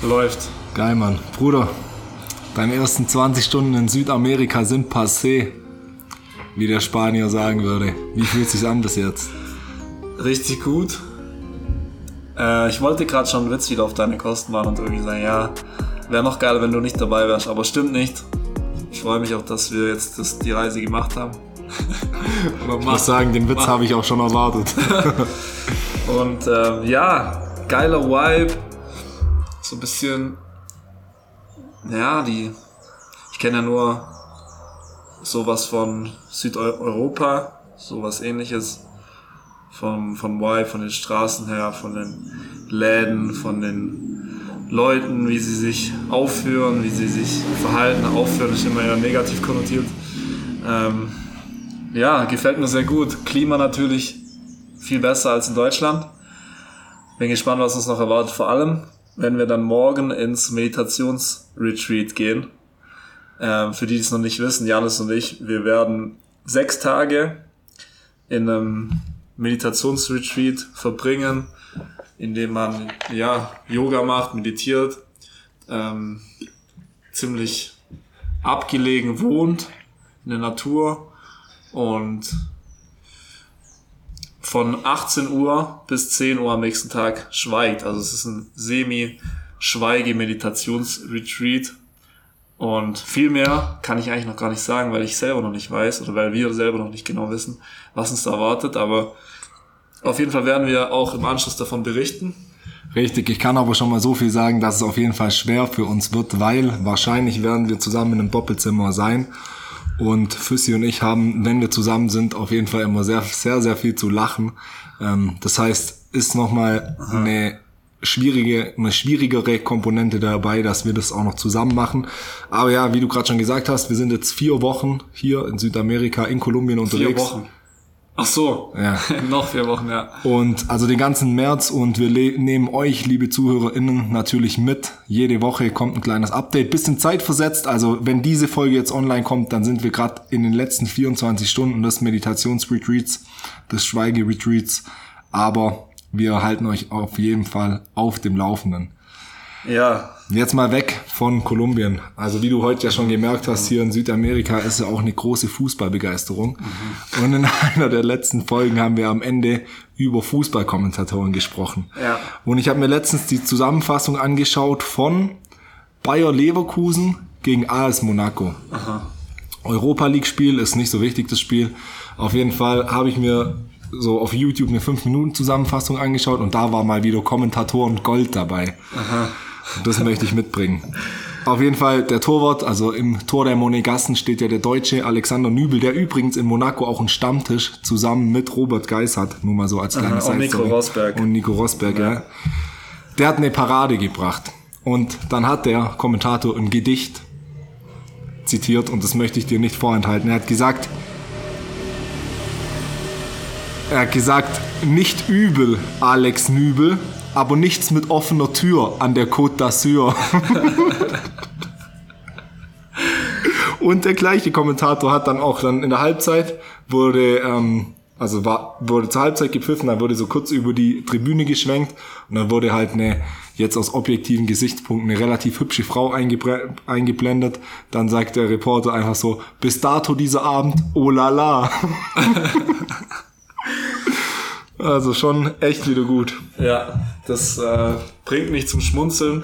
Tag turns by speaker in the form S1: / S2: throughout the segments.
S1: Läuft.
S2: Geil, Mann. Bruder, deine ersten 20 Stunden in Südamerika sind passé, wie der Spanier sagen würde. Wie fühlt sich's an bis jetzt?
S1: Richtig gut. Ich wollte gerade schon einen Witz wieder auf deine Kosten machen und irgendwie sagen, ja, wäre noch geil, wenn du nicht dabei wärst, aber stimmt nicht. Ich freue mich auch, dass wir jetzt die Reise gemacht haben.
S2: Ich muss sagen, den Witz habe ich auch schon erwartet.
S1: Und ja, geiler Vibe. So ein bisschen, ja, ich kenne ja nur sowas von Südeuropa, sowas ähnliches. Vom Vibe, von den Straßen her, von den Läden, von den Leuten, wie sie sich aufführen, wie sie sich verhalten. Aufführen ist immer eher negativ konnotiert. Ja, gefällt mir sehr gut. Klima natürlich viel besser als in Deutschland. Bin gespannt, was uns noch erwartet. Vor allem, wenn wir dann morgen ins Meditationsretreat gehen. Für die es noch nicht wissen, Janis und ich, wir werden 6 Tage in einem Meditationsretreat verbringen, in dem man Yoga macht, meditiert, ziemlich abgelegen wohnt in der Natur und von 18 Uhr bis 10 Uhr am nächsten Tag schweigt. Also es ist ein Semi-Schweige-Meditationsretreat und viel mehr kann ich eigentlich noch gar nicht sagen, weil ich selber noch nicht weiß oder weil wir selber noch nicht genau wissen, was uns da erwartet, aber auf jeden Fall werden wir auch im Anschluss davon berichten.
S2: Richtig, ich kann aber schon mal so viel sagen, dass es auf jeden Fall schwer für uns wird, weil wahrscheinlich werden wir zusammen in einem Doppelzimmer sein und Füssi und ich haben, wenn wir zusammen sind, auf jeden Fall immer sehr, sehr, sehr viel zu lachen. Das heißt, ist nochmal eine schwierigere Komponente dabei, dass wir das auch noch zusammen machen. Aber ja, wie du gerade schon gesagt hast, wir sind jetzt 4 Wochen hier in Südamerika, in Kolumbien unterwegs.
S1: 4 Wochen. Ach so, ja. Noch 4 Wochen, ja.
S2: Und also den ganzen März und wir nehmen euch, liebe ZuhörerInnen, natürlich mit. Jede Woche kommt ein kleines Update, bisschen zeitversetzt. Also wenn diese Folge jetzt online kommt, dann sind wir gerade in den letzten 24 Stunden des Meditationsretreats, des Schweigeretreats. Aber wir halten euch auf jeden Fall auf dem Laufenden.
S1: Ja.
S2: Jetzt mal weg von Kolumbien. Also wie du heute ja schon gemerkt hast, hier in Südamerika ist ja auch eine große Fußballbegeisterung. Und in einer der letzten Folgen haben wir am Ende über Fußballkommentatoren gesprochen.
S1: Ja.
S2: Und ich habe mir letztens die Zusammenfassung angeschaut von Bayer Leverkusen gegen AS Monaco.
S1: Aha.
S2: Europa League Spiel ist nicht so wichtig, das Spiel. Auf jeden Fall habe ich mir so auf YouTube eine 5-Minuten-Zusammenfassung angeschaut und da war mal wieder Kommentatoren Gold dabei.
S1: Aha.
S2: Das möchte ich mitbringen. Auf jeden Fall der Torwart, also im Tor der Monegassen steht ja der Deutsche Alexander Nübel, der übrigens in Monaco auch einen Stammtisch zusammen mit Robert Geis hat, nur mal so als kleines
S1: Und Nico Rosberg.
S2: Und Nico Rosberg, ja. Der hat eine Parade gebracht und dann hat der Kommentator ein Gedicht zitiert und das möchte ich dir nicht vorenthalten. Er hat gesagt, nicht übel, Alex Nübel, aber nichts mit offener Tür an der Côte d'Azur. Und der gleiche Kommentator hat dann auch in der Halbzeit wurde zur Halbzeit gepfiffen, dann wurde so kurz über die Tribüne geschwenkt und dann wurde halt jetzt aus objektiven Gesichtspunkten eine relativ hübsche Frau eingeblendet. Dann sagt der Reporter einfach so, bis dato dieser Abend, oh la la. Also schon echt wieder gut.
S1: Ja, das bringt mich zum Schmunzeln.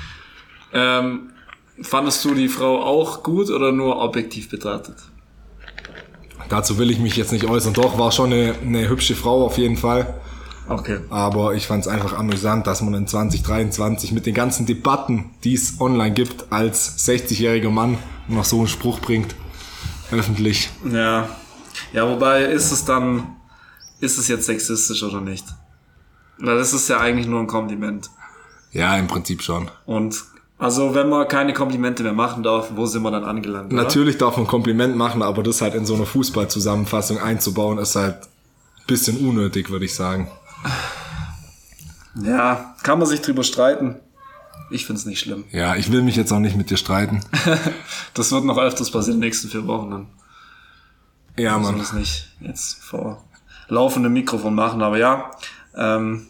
S1: Fandest du die Frau auch gut oder nur objektiv betrachtet?
S2: Dazu will ich mich jetzt nicht äußern. Doch, war schon eine hübsche Frau auf jeden Fall.
S1: Okay.
S2: Aber ich fand es einfach amüsant, dass man in 2023 mit den ganzen Debatten, die es online gibt, als 60-jähriger Mann noch so einen Spruch bringt. Öffentlich.
S1: Ja, wobei ist es jetzt sexistisch oder nicht? Weil das ist ja eigentlich nur ein Kompliment.
S2: Ja, im Prinzip schon.
S1: Und also wenn man keine Komplimente mehr machen darf, wo sind wir dann angelangt? Oder?
S2: Natürlich darf man ein Kompliment machen, aber das halt in so einer Fußballzusammenfassung einzubauen, ist halt ein bisschen unnötig, würde ich sagen.
S1: Ja, kann man sich drüber streiten. Ich find's nicht schlimm.
S2: Ja, ich will mich jetzt auch nicht mit dir streiten.
S1: Das wird noch öfters passieren in den nächsten 4 Wochen dann.
S2: Ja, Mann.
S1: Ich muss das nicht jetzt vor laufendem Mikrofon machen, aber ja,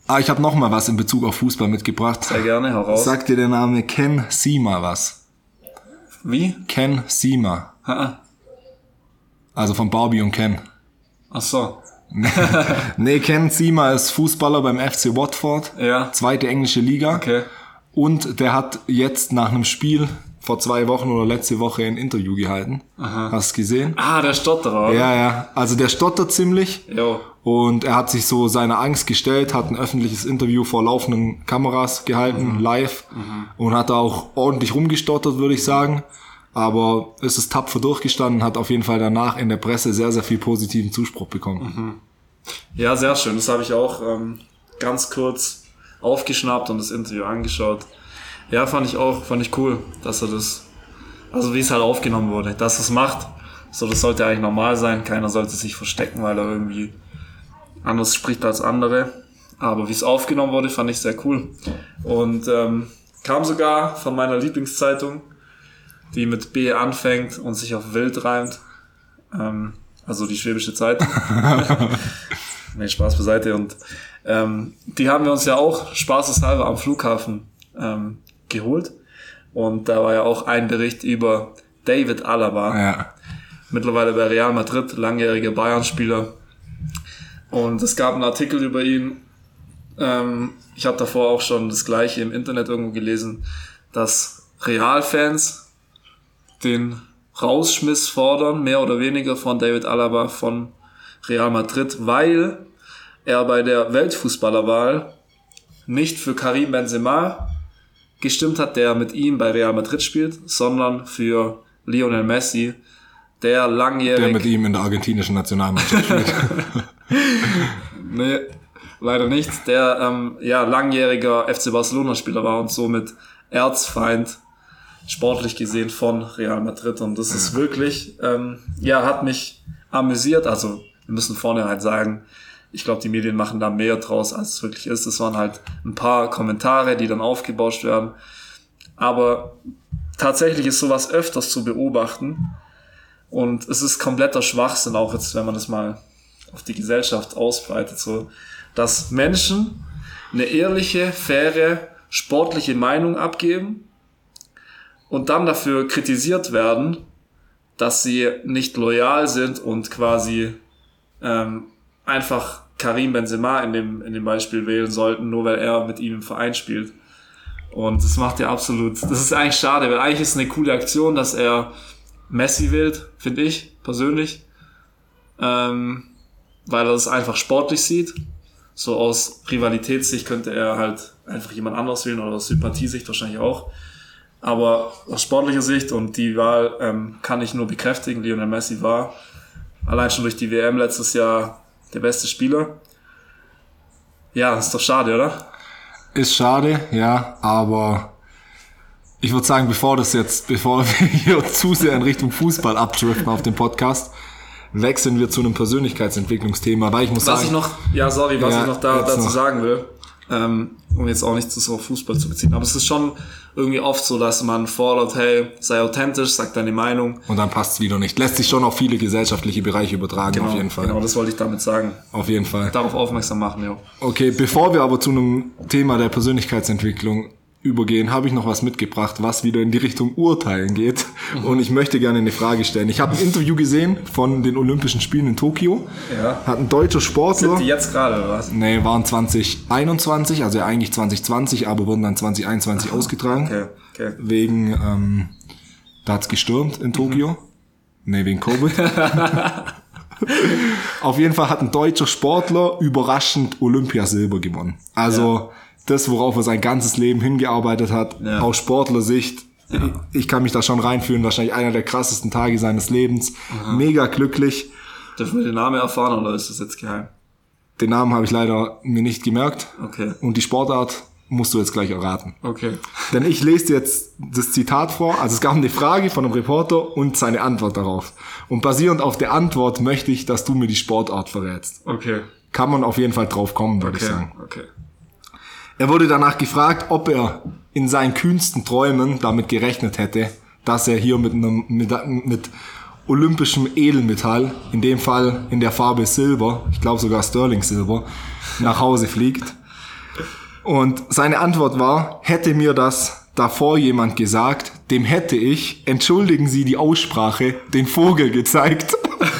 S2: ich habe noch mal was in Bezug auf Fußball mitgebracht.
S1: Sehr gerne, heraus.
S2: Sagt dir der Name Ken Sema was?
S1: Wie?
S2: Ken Sema.
S1: Ha.
S2: Also von Barbie und Ken.
S1: Ach so.
S2: Nee, Ken Sema ist Fußballer beim FC Watford.
S1: Ja.
S2: 2. englische Liga.
S1: Okay.
S2: Und der hat jetzt nach einem Spiel vor 2 Wochen oder letzte Woche ein Interview gehalten.
S1: Aha.
S2: Hast du gesehen?
S1: Ah, der Stotterer, oder?
S2: Ja. Also der stottert ziemlich.
S1: Jo.
S2: Und er hat sich so seiner Angst gestellt, hat ein öffentliches Interview vor laufenden Kameras gehalten, live. Und hat da auch ordentlich rumgestottert, würde ich sagen. Aber ist es tapfer durchgestanden, hat auf jeden Fall danach in der Presse sehr, sehr viel positiven Zuspruch bekommen.
S1: Ja, sehr schön. Das habe ich auch ganz kurz aufgeschnappt und das Interview angeschaut. Ja, fand ich cool, dass er das, also wie es halt aufgenommen wurde, dass er es macht. So, das sollte eigentlich normal sein. Keiner sollte sich verstecken, weil er irgendwie anders spricht als andere. Aber wie es aufgenommen wurde, fand ich sehr cool. Und kam sogar von meiner Lieblingszeitung, die mit B anfängt und sich auf Wild reimt. Also die Schwäbische Zeitung. Nee, Spaß beiseite. Und die haben wir uns ja auch spaßeshalber am Flughafen geholt. Und da war ja auch ein Bericht über David Alaba.
S2: Ja.
S1: Mittlerweile bei Real Madrid, langjähriger Bayern-Spieler. Und es gab einen Artikel über ihn. Ich habe davor auch schon das Gleiche im Internet irgendwo gelesen, dass Real-Fans den Rausschmiss fordern, mehr oder weniger, von David Alaba von Real Madrid, weil er bei der Weltfußballerwahl nicht für Karim Benzema gestimmt hat, der mit ihm bei Real Madrid spielt, sondern für Lionel Messi, der
S2: mit ihm in der argentinischen Nationalmannschaft spielt.
S1: Nee, leider nicht. Der langjähriger FC Barcelona-Spieler war und somit Erzfeind, sportlich gesehen, von Real Madrid. Und das ist wirklich, hat mich amüsiert. Also wir müssen vornherein sagen, ich glaube, die Medien machen da mehr draus, als es wirklich ist. Es waren halt ein paar Kommentare, die dann aufgebauscht werden. Aber tatsächlich ist sowas öfters zu beobachten. Und es ist kompletter Schwachsinn, auch jetzt, wenn man das mal auf die Gesellschaft ausbreitet, so, dass Menschen eine ehrliche, faire, sportliche Meinung abgeben und dann dafür kritisiert werden, dass sie nicht loyal sind und quasi einfach Karim Benzema in dem Beispiel wählen sollten, nur weil er mit ihm im Verein spielt. Und das macht ja absolut, das ist eigentlich schade, weil eigentlich ist es eine coole Aktion, dass er Messi wählt, finde ich persönlich, weil er das einfach sportlich sieht. So aus Rivalitätssicht könnte er halt einfach jemand anderes wählen oder aus Sympathiesicht wahrscheinlich auch. Aber aus sportlicher Sicht, und die Wahl kann ich nur bekräftigen, Lionel Messi war allein schon durch die WM letztes Jahr der beste Spieler. Ja, ist doch schade, oder?
S2: Ist schade, ja, aber ich würde sagen, bevor wir hier zu sehr in Richtung Fußball abdriften auf dem Podcast, wechseln wir zu einem Persönlichkeitsentwicklungsthema, weil ich muss sagen...
S1: ich noch dazu sagen will, um jetzt auch nicht so auf Fußball zu beziehen, aber es ist schon irgendwie oft so, dass man fordert, hey, sei authentisch, sag deine Meinung.
S2: Und dann passt es wieder nicht. Lässt sich schon auf viele gesellschaftliche Bereiche übertragen,
S1: genau,
S2: auf jeden Fall.
S1: Genau, das wollte ich damit sagen.
S2: Auf jeden Fall.
S1: Darauf aufmerksam machen, ja.
S2: Okay, bevor wir aber zu einem Thema der Persönlichkeitsentwicklung übergehen, habe ich noch was mitgebracht, was wieder in die Richtung Urteilen geht. Und ich möchte gerne eine Frage stellen. Ich habe ein Interview gesehen von den Olympischen Spielen in Tokio. Ja. Hat ein deutscher Sportler...
S1: Sind die jetzt gerade, oder was?
S2: Nee, waren 2021, also eigentlich 2020, aber wurden dann 2021 ausgetragen.
S1: Okay.
S2: Wegen, da hat's gestürmt in Tokio. Nee, wegen Covid. Auf jeden Fall hat ein deutscher Sportler überraschend Olympiasilber gewonnen. Also das, worauf er sein ganzes Leben hingearbeitet hat, aus Sportlersicht. Ja. Ich kann mich da schon reinfühlen, wahrscheinlich einer der krassesten Tage seines Lebens. Aha. Mega glücklich.
S1: Dürfen wir den Namen erfahren oder ist das jetzt geheim?
S2: Den Namen habe ich leider mir nicht gemerkt.
S1: Okay.
S2: Und die Sportart musst du jetzt gleich erraten.
S1: Okay.
S2: Denn ich lese dir jetzt das Zitat vor. Also es gab eine Frage von einem Reporter und seine Antwort darauf. Und basierend auf der Antwort möchte ich, dass du mir die Sportart verrätst.
S1: Okay.
S2: Kann man auf jeden Fall drauf kommen, würde ich sagen.
S1: Okay.
S2: Er wurde danach gefragt, ob er in seinen kühnsten Träumen damit gerechnet hätte, dass er hier mit olympischem Edelmetall, in dem Fall in der Farbe Silber, ich glaube sogar Sterling Silber, nach Hause fliegt. Und seine Antwort war, hätte mir das davor jemand gesagt, dem hätte ich, entschuldigen Sie die Aussprache, den Vogel gezeigt.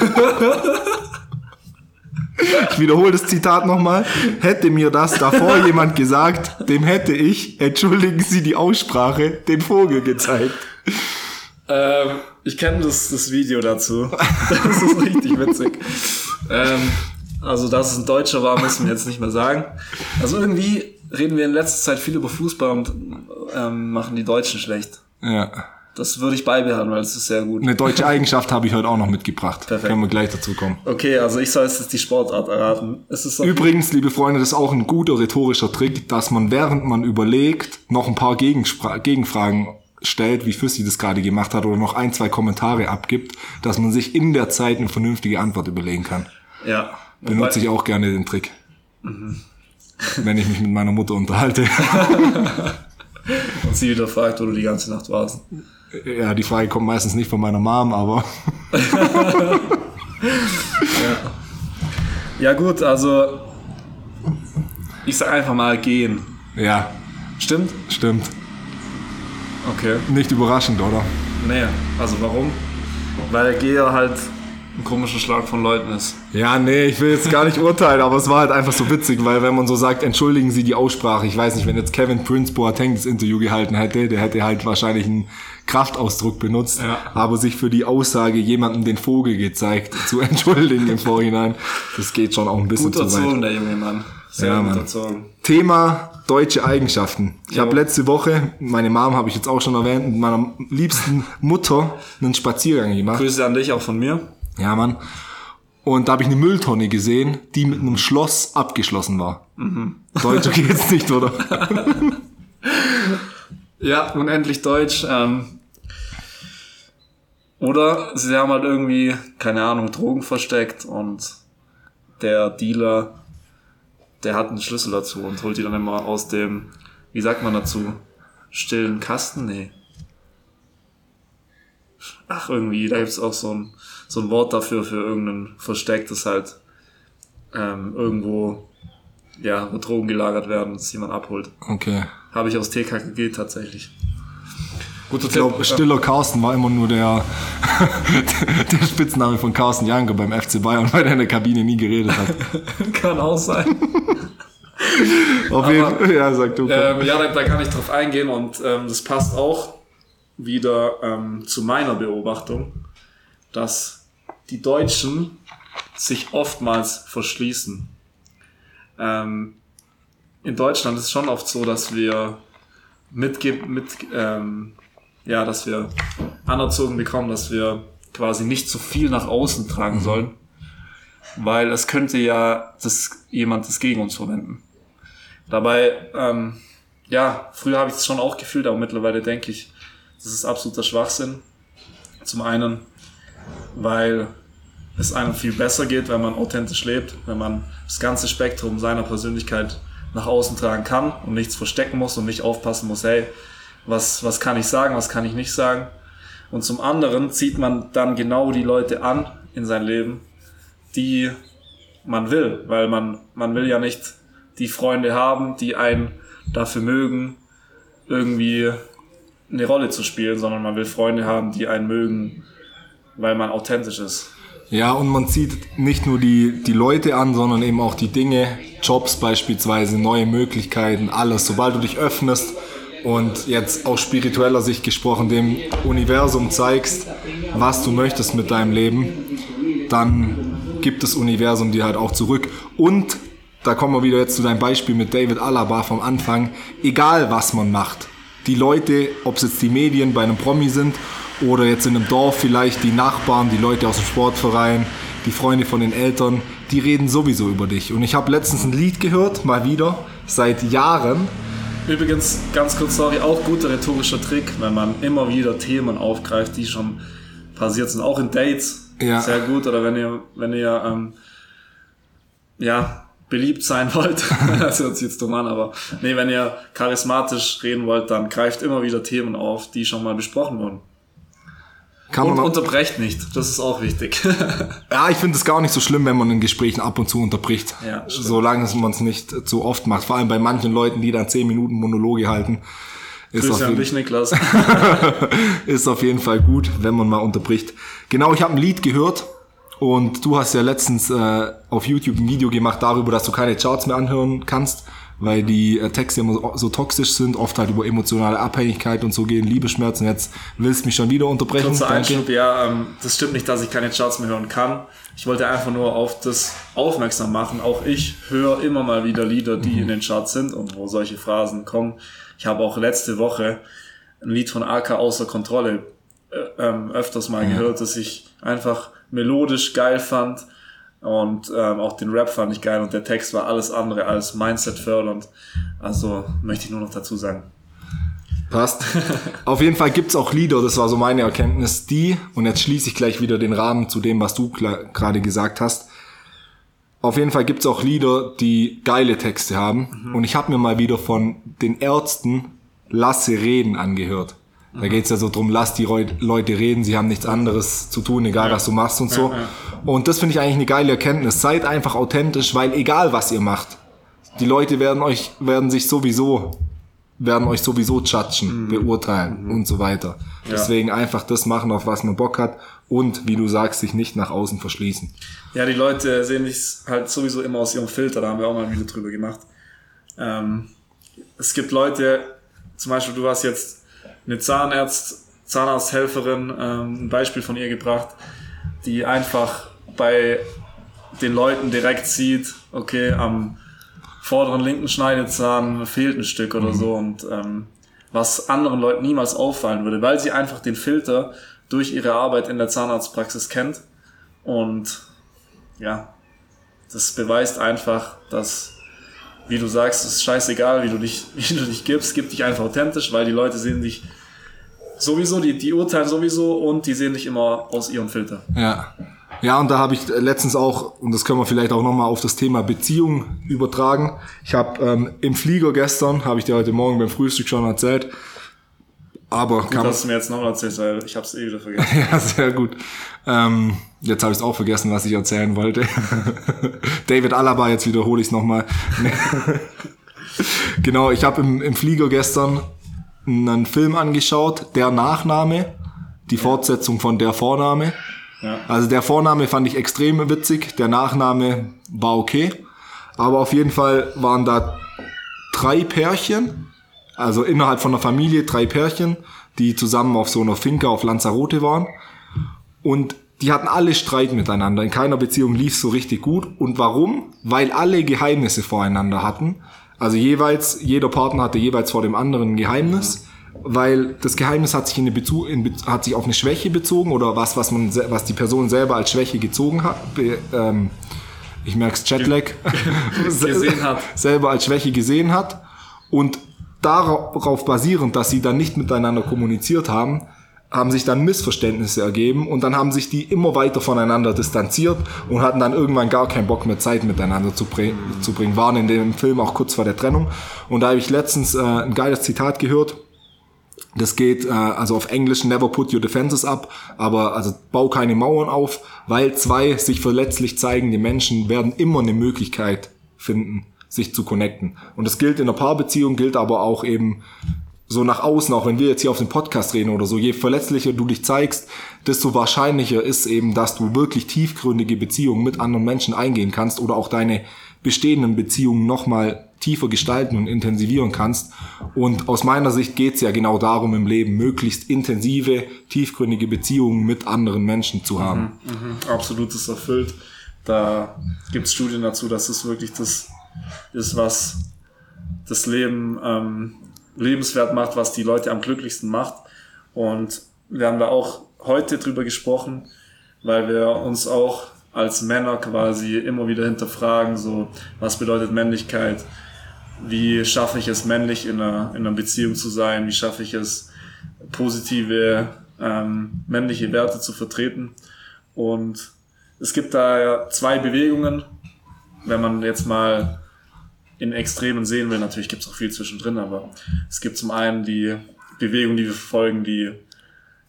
S2: Ich wiederhole das Zitat nochmal. Hätte mir das davor jemand gesagt, dem hätte ich, entschuldigen Sie die Aussprache, den Vogel gezeigt.
S1: Ich kenne das Video dazu. Das ist richtig witzig. Also, dass es ein Deutscher war, müssen wir jetzt nicht mehr sagen. Also irgendwie reden wir in letzter Zeit viel über Fußball und machen die Deutschen schlecht.
S2: Ja.
S1: Das würde ich beibehalten, weil es ist sehr gut.
S2: Eine deutsche Eigenschaft habe ich heute auch noch mitgebracht.
S1: Perfekt.
S2: Können wir gleich dazu kommen.
S1: Okay, also ich soll jetzt die Sportart erraten.
S2: Übrigens, liebe Freunde, das ist auch ein guter rhetorischer Trick, dass man, während man überlegt, noch ein paar Gegenfragen stellt, wie Füssi das gerade gemacht hat, oder noch 1, 2 Kommentare abgibt, dass man sich in der Zeit eine vernünftige Antwort überlegen kann.
S1: Ja.
S2: Benutze ich auch gerne den Trick. Wenn ich mich mit meiner Mutter unterhalte.
S1: Und sie wieder fragt, wo du die ganze Nacht warst.
S2: Ja, die Frage kommt meistens nicht von meiner Mom, aber...
S1: Ja gut, also ich sag einfach mal gehen.
S2: Ja.
S1: Stimmt?
S2: Stimmt.
S1: Okay.
S2: Nicht überraschend, oder?
S1: Nee, also warum? Weil Geher halt ein komischer Schlag von Leuten ist.
S2: Ja, nee, ich will jetzt gar nicht urteilen, aber es war halt einfach so witzig, weil wenn man so sagt, entschuldigen Sie die Aussprache, ich weiß nicht, wenn jetzt Kevin Prince Boateng das Interview gehalten hätte, der hätte halt wahrscheinlich einen Kraftausdruck benutzt, aber sich für die Aussage jemandem den Vogel gezeigt, zu entschuldigen im Vorhinein, das geht schon auch ein bisschen
S1: gut
S2: zu weit.
S1: Gut erzogen, der junge Mann. Sehr gut erzogen.
S2: Thema deutsche Eigenschaften. Ich habe letzte Woche, meine Mom habe ich jetzt auch schon erwähnt, mit meiner liebsten Mutter einen Spaziergang gemacht.
S1: Grüße an dich auch von mir.
S2: Ja, Mann. Und da habe ich eine Mülltonne gesehen, die mit einem Schloss abgeschlossen war. Deutscher geht's nicht, oder?
S1: Ja, unendlich Deutsch. Oder sie haben halt irgendwie, keine Ahnung, Drogen versteckt und der Dealer, der hat einen Schlüssel dazu und holt die dann immer aus dem, wie sagt man dazu, stillen Kasten? Nee. Ach, irgendwie, da gibt's auch so ein Wort dafür, für irgendein Versteck, das halt irgendwo, ja, wo Drogen gelagert werden und es jemand abholt.
S2: Okay.
S1: Habe ich aus TKKG tatsächlich.
S2: Guter Tipp. Ich glaube, Stiller Carsten war immer nur der Spitzname von Carsten Janke beim FC Bayern, weil er in der Kabine nie geredet hat.
S1: Kann auch sein.
S2: Auf jeden Fall, ja, sag du.
S1: Ja, da kann ich drauf eingehen und das passt auch wieder zu meiner Beobachtung, dass die Deutschen sich oftmals verschließen. In Deutschland ist es schon oft so, dass wir dass wir anerzogen bekommen, dass wir quasi nicht zu viel nach außen tragen sollen, weil es könnte ja jemand das gegen uns verwenden. Dabei, früher habe ich es schon auch gefühlt, aber mittlerweile denke ich, das ist absoluter Schwachsinn. Zum einen, weil es einem viel besser geht, wenn man authentisch lebt, wenn man das ganze Spektrum seiner Persönlichkeit nach außen tragen kann und nichts verstecken muss und nicht aufpassen muss, hey, was kann ich sagen, was kann ich nicht sagen. Und zum anderen zieht man dann genau die Leute an in sein Leben, die man will, weil man will ja nicht die Freunde haben, die einen dafür mögen, irgendwie eine Rolle zu spielen, sondern man will Freunde haben, die einen mögen, weil man authentisch ist.
S2: Ja, und man zieht nicht nur die Leute an, sondern eben auch die Dinge, Jobs beispielsweise, neue Möglichkeiten, alles. Sobald du dich öffnest und jetzt aus spiritueller Sicht gesprochen dem Universum zeigst, was du möchtest mit deinem Leben, dann gibt das Universum dir halt auch zurück. Und da kommen wir wieder jetzt zu deinem Beispiel mit David Alaba vom Anfang, egal was man macht, die Leute, ob es jetzt die Medien bei einem Promi sind oder jetzt in einem Dorf vielleicht die Nachbarn, die Leute aus dem Sportverein, die Freunde von den Eltern, die reden sowieso über dich. Und ich habe letztens ein Lied gehört, mal wieder, seit Jahren.
S1: Übrigens, ganz kurz, sorry, auch guter rhetorischer Trick, wenn man immer wieder Themen aufgreift, die schon passiert sind, auch in Dates. Ja. Sehr gut, oder wenn ihr beliebt sein wollt, das hört sich jetzt dumm an, aber nee, wenn ihr charismatisch reden wollt, dann greift immer wieder Themen auf, die schon mal besprochen wurden. Und unterbrecht nicht, das ist auch wichtig.
S2: Ja, ich finde es gar nicht so schlimm, wenn man in Gesprächen ab und zu unterbricht.
S1: Ja,
S2: solange man es nicht zu oft macht. Vor allem bei manchen Leuten, die dann 10 Minuten Monologe halten.
S1: Grüße an dich, Niklas.
S2: Ist auf jeden Fall gut, wenn man mal unterbricht. Genau, ich habe ein Lied gehört und du hast ja letztens auf YouTube ein Video gemacht darüber, dass du keine Charts mehr anhören kannst, weil die Texte immer so toxisch sind, oft halt über emotionale Abhängigkeit und so gehen, Liebesschmerzen. Jetzt willst du mich schon wieder unterbrechen.
S1: Kurzer Einschub, ja, das stimmt nicht, dass ich keine Charts mehr hören kann. Ich wollte einfach nur auf das aufmerksam machen. Auch ich höre immer mal wieder Lieder, die in den Charts sind und wo solche Phrasen kommen. Ich habe auch letzte Woche ein Lied von AK Außer Kontrolle öfters mal gehört, das ich einfach melodisch geil fand. Und auch den Rap fand ich geil und der Text war alles andere als Mindset fördernd. Also möchte ich nur noch dazu sagen.
S2: Passt. Auf jeden Fall gibt's auch Lieder, das war so meine Erkenntnis, und jetzt schließe ich gleich wieder den Rahmen zu dem, was du gerade gesagt hast. Auf jeden Fall gibt's auch Lieder, die geile Texte haben. Und ich habe mir mal wieder von den Ärzten Lasse reden angehört. Da geht's ja so drum, lass die Leute reden, sie haben nichts anderes zu tun, egal was du machst und so. Und das finde ich eigentlich eine geile Erkenntnis. Seid einfach authentisch, weil egal was ihr macht, die Leute werden euch sowieso judgen, beurteilen und so weiter. Ja. Deswegen einfach das machen, auf was man Bock hat und, wie du sagst, sich nicht nach außen verschließen.
S1: Ja, die Leute sehen dich halt sowieso immer aus ihrem Filter, da haben wir auch mal ein Video drüber gemacht. Es gibt Leute, zum Beispiel du hast jetzt eine Zahnarzthelferin, ein Beispiel von ihr gebracht, die einfach bei den Leuten direkt sieht, okay, am vorderen linken Schneidezahn fehlt ein Stück oder so und was anderen Leuten niemals auffallen würde, weil sie einfach den Filter durch ihre Arbeit in der Zahnarztpraxis kennt und ja, das beweist einfach, dass, wie du sagst, es ist scheißegal, wie du dich gibst, gib dich einfach authentisch, weil die Leute sehen dich sowieso, die urteilen sowieso und die sehen dich immer aus ihrem Filter.
S2: Ja, und da habe ich letztens auch, und das können wir vielleicht auch nochmal auf das Thema Beziehung übertragen. Ich habe im Flieger gestern, habe ich dir heute Morgen beim Frühstück schon erzählt, aber
S1: gut, hast du mir jetzt noch erzählt, weil ich habe es wieder vergessen.
S2: Ja, sehr gut. Jetzt habe ich es auch vergessen, was ich erzählen wollte. David Alaba, jetzt wiederhole ich es nochmal. Genau, ich habe im Flieger gestern einen Film angeschaut, Der Nachname, die Fortsetzung von Der Vorname. Ja. Also der Vorname fand ich extrem witzig, der Nachname war okay, aber auf jeden Fall waren da 3 Pärchen, also innerhalb von der Familie 3 Pärchen, die zusammen auf so einer Finca auf Lanzarote waren und die hatten alle Streit miteinander, in keiner Beziehung lief es so richtig gut. Und warum? Weil alle Geheimnisse voreinander hatten, also jeweils, jeder Partner hatte jeweils vor dem anderen ein Geheimnis. Weil das Geheimnis hat sich hat sich auf eine Schwäche bezogen oder was die Person selber als Schwäche gezogen hat. Ich merk's, Jetlag.
S1: gesehen hat.
S2: Selber als Schwäche gesehen hat. Und darauf basierend, dass sie dann nicht miteinander kommuniziert haben, haben sich dann Missverständnisse ergeben und dann haben sich die immer weiter voneinander distanziert und hatten dann irgendwann gar keinen Bock mehr Zeit miteinander zu bringen. Waren in dem Film auch kurz vor der Trennung. Und da habe ich letztens ein geiles Zitat gehört. Das geht also auf Englisch, never put your defenses up, aber also bau keine Mauern auf, weil 2 sich verletzlich zeigende Menschen werden immer eine Möglichkeit finden, sich zu connecten. Und das gilt in einer Paarbeziehung, gilt aber auch eben so nach außen, auch wenn wir jetzt hier auf dem Podcast reden oder so, je verletzlicher du dich zeigst, desto wahrscheinlicher ist eben, dass du wirklich tiefgründige Beziehungen mit anderen Menschen eingehen kannst oder auch deine bestehenden Beziehungen nochmal tiefer gestalten und intensivieren kannst. Und aus meiner Sicht geht's ja genau darum im Leben, möglichst intensive, tiefgründige Beziehungen mit anderen Menschen zu haben.
S1: Absolut, das erfüllt. Da gibt's Studien dazu, dass es wirklich das ist, was das Leben lebenswert macht, was die Leute am glücklichsten macht. Und wir haben da auch heute drüber gesprochen, weil wir uns auch als Männer quasi immer wieder hinterfragen, so, was bedeutet Männlichkeit? Wie schaffe ich es, männlich in einer Beziehung zu sein? Wie schaffe ich es, positive männliche Werte zu vertreten? Und es gibt da ja 2 Bewegungen, wenn man jetzt mal in Extremen sehen will. Natürlich gibt es auch viel zwischendrin, aber es gibt zum einen die Bewegung, die wir verfolgen, die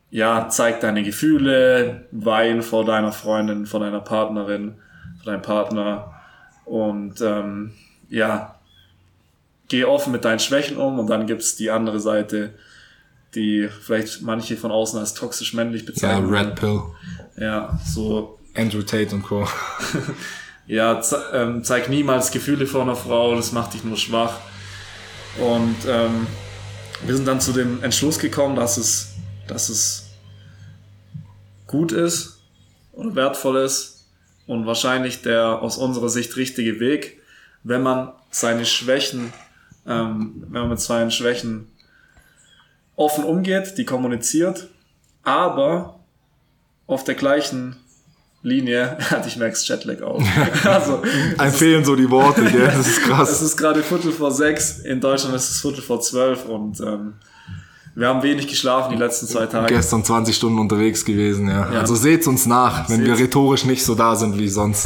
S1: ja, zeig deine Gefühle, wein vor deiner Freundin, vor deiner Partnerin, vor deinem Partner und ja, geh offen mit deinen Schwächen um. Und dann gibt's die andere Seite, die vielleicht manche von außen als toxisch männlich bezeichnen.
S2: Ja, Red Pill.
S1: Ja, so.
S2: Andrew Tate und Co.
S1: Ja, zeig niemals Gefühle vor einer Frau, das macht dich nur schwach. Und wir sind dann zu dem Entschluss gekommen, dass es gut ist oder wertvoll ist und wahrscheinlich der aus unserer Sicht richtige Weg, wenn man seine Schwächen, wenn man mit seinen Schwächen offen umgeht, die kommuniziert, aber auf der gleichen Linie, ich merk's Jetlag auch. Also,
S2: Einem fehlen so die Worte, gell? Das ist krass.
S1: Es ist gerade 5:45, in Deutschland ist es 12:15 und wir haben wenig geschlafen die letzten 2 Tage.
S2: Gestern 20 Stunden unterwegs gewesen, ja. Also seht's uns nach, wenn wir rhetorisch nicht so da sind wie sonst.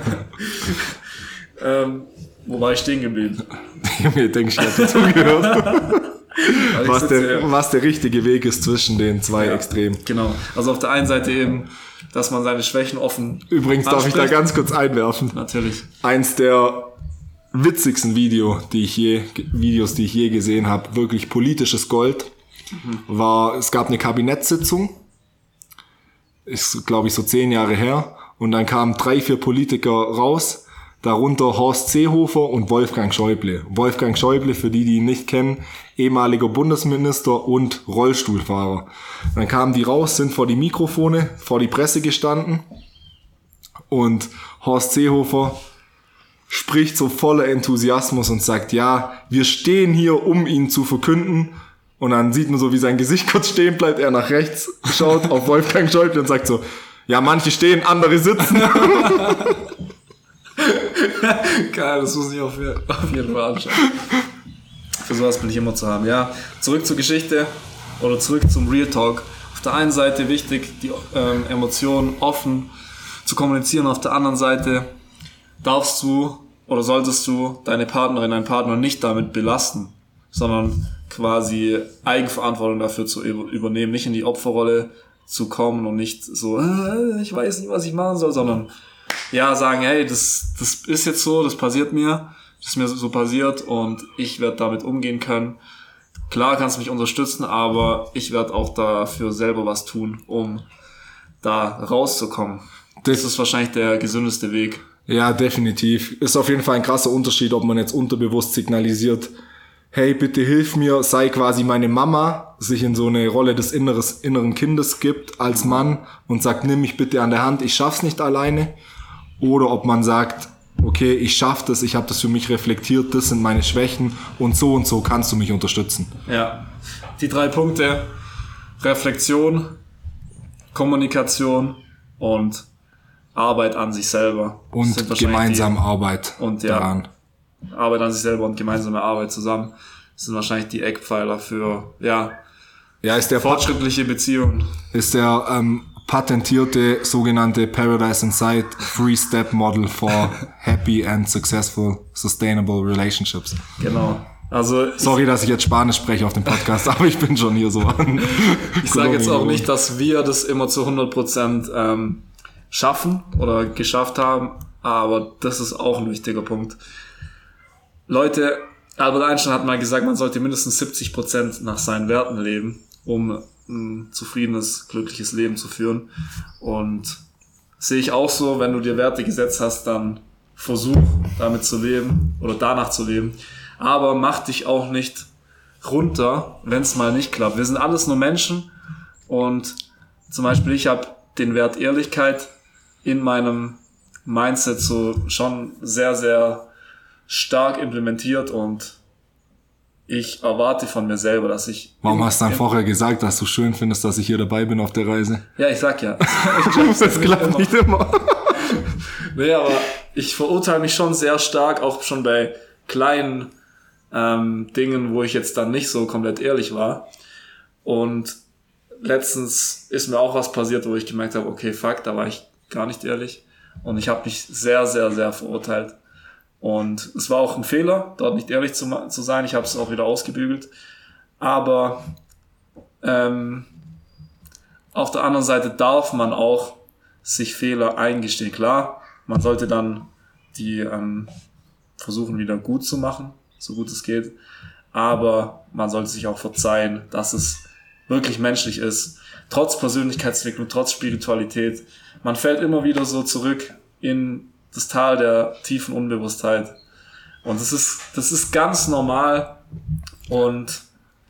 S1: Wo war ich stehen geblieben?
S2: Mir denke ich, ich habe zugehört. Was der richtige Weg ist zwischen den zwei Extremen.
S1: Genau. Also auf der einen Seite eben, dass man seine Schwächen offen
S2: Übrigens darf ich da ganz kurz einwerfen.
S1: Natürlich.
S2: Eins der witzigsten Videos, die ich je gesehen habe, wirklich politisches Gold, war, es gab eine Kabinettssitzung, ist glaube ich so 10 Jahre her, und dann kamen 3-4 Politiker raus, darunter Horst Seehofer und Wolfgang Schäuble. Wolfgang Schäuble, für die ihn nicht kennen, ehemaliger Bundesminister und Rollstuhlfahrer. Dann kamen die raus, sind vor die Mikrofone, vor die Presse gestanden, und Horst Seehofer spricht so voller Enthusiasmus und sagt, ja, wir stehen hier, um ihn zu verkünden. Und dann sieht man so, wie sein Gesicht kurz stehen bleibt, er nach rechts schaut auf Wolfgang Schäuble und sagt so, ja, manche stehen, andere sitzen.
S1: Geil, das muss ich auf jeden Fall anschauen. Für sowas bin ich immer zu haben. Ja, zurück zur Geschichte oder zurück zum Real Talk. Auf der einen Seite wichtig, die Emotionen offen zu kommunizieren. Auf der anderen Seite darfst du oder solltest du deine Partnerin, deinen Partner nicht damit belasten, sondern quasi Eigenverantwortung dafür zu übernehmen, nicht in die Opferrolle zu kommen und nicht so, ich weiß nicht, was ich machen soll, sondern ja, sagen, hey, das ist jetzt so, das passiert mir, das ist mir so passiert und ich werde damit umgehen können. Klar kannst du mich unterstützen, aber ich werde auch dafür selber was tun, um da rauszukommen. Das ist wahrscheinlich der gesündeste Weg.
S2: Ja, definitiv. Ist auf jeden Fall ein krasser Unterschied, ob man jetzt unterbewusst signalisiert, hey, bitte hilf mir, sei quasi meine Mama, sich in so eine Rolle des inneren Kindes gibt als Mann und sagt, nimm mich bitte an der Hand, ich schaff's nicht alleine. Oder ob man sagt, okay, ich schaff das, ich habe das für mich reflektiert, das sind meine Schwächen und so kannst du mich unterstützen.
S1: Ja, die 3 Punkte, Reflexion, Kommunikation und Arbeit an sich selber.
S2: Und gemeinsam Arbeit
S1: und
S2: daran.
S1: Arbeit an sich selber und gemeinsame Arbeit zusammen. Das sind wahrscheinlich die Eckpfeiler für
S2: ist der
S1: fortschrittliche Beziehungen.
S2: Ist der patentierte sogenannte Paradise Inside 3-Step Model for happy and successful sustainable relationships.
S1: Genau. Also
S2: sorry, dass ich jetzt Spanisch spreche auf dem Podcast, aber ich bin schon hier so an.
S1: Ich sage jetzt auch nicht, dass wir das immer zu 100% schaffen oder geschafft haben, aber das ist auch ein wichtiger Punkt. Leute, Albert Einstein hat mal gesagt, man sollte mindestens 70% nach seinen Werten leben, um ein zufriedenes, glückliches Leben zu führen. Und sehe ich auch so, wenn du dir Werte gesetzt hast, dann versuch damit zu leben oder danach zu leben. Aber mach dich auch nicht runter, wenn es mal nicht klappt. Wir sind alles nur Menschen und zum Beispiel ich habe den Wert Ehrlichkeit in meinem Mindset so schon sehr, sehr stark implementiert und ich erwarte von mir selber, dass ich...
S2: Warum hast du dann vorher gesagt, dass du schön findest, dass ich hier dabei bin auf der Reise?
S1: Ja, ich sag ja.
S2: Das klappt nicht immer.
S1: Nee, aber ich verurteile mich schon sehr stark, auch schon bei kleinen Dingen, wo ich jetzt dann nicht so komplett ehrlich war. Und letztens ist mir auch was passiert, wo ich gemerkt habe, okay, fuck, da war ich gar nicht ehrlich. Und ich habe mich sehr, sehr, sehr verurteilt. Und es war auch ein Fehler, dort nicht ehrlich zu sein. Ich habe es auch wieder ausgebügelt. Aber auf der anderen Seite darf man auch sich Fehler eingestehen. Klar, man sollte dann die versuchen wieder gut zu machen, so gut es geht. Aber man sollte sich auch verzeihen, dass es wirklich menschlich ist. Trotz Persönlichkeitsentwicklung, trotz Spiritualität. Man fällt immer wieder so zurück in das Tal der tiefen Unbewusstheit. Und das ist ganz normal und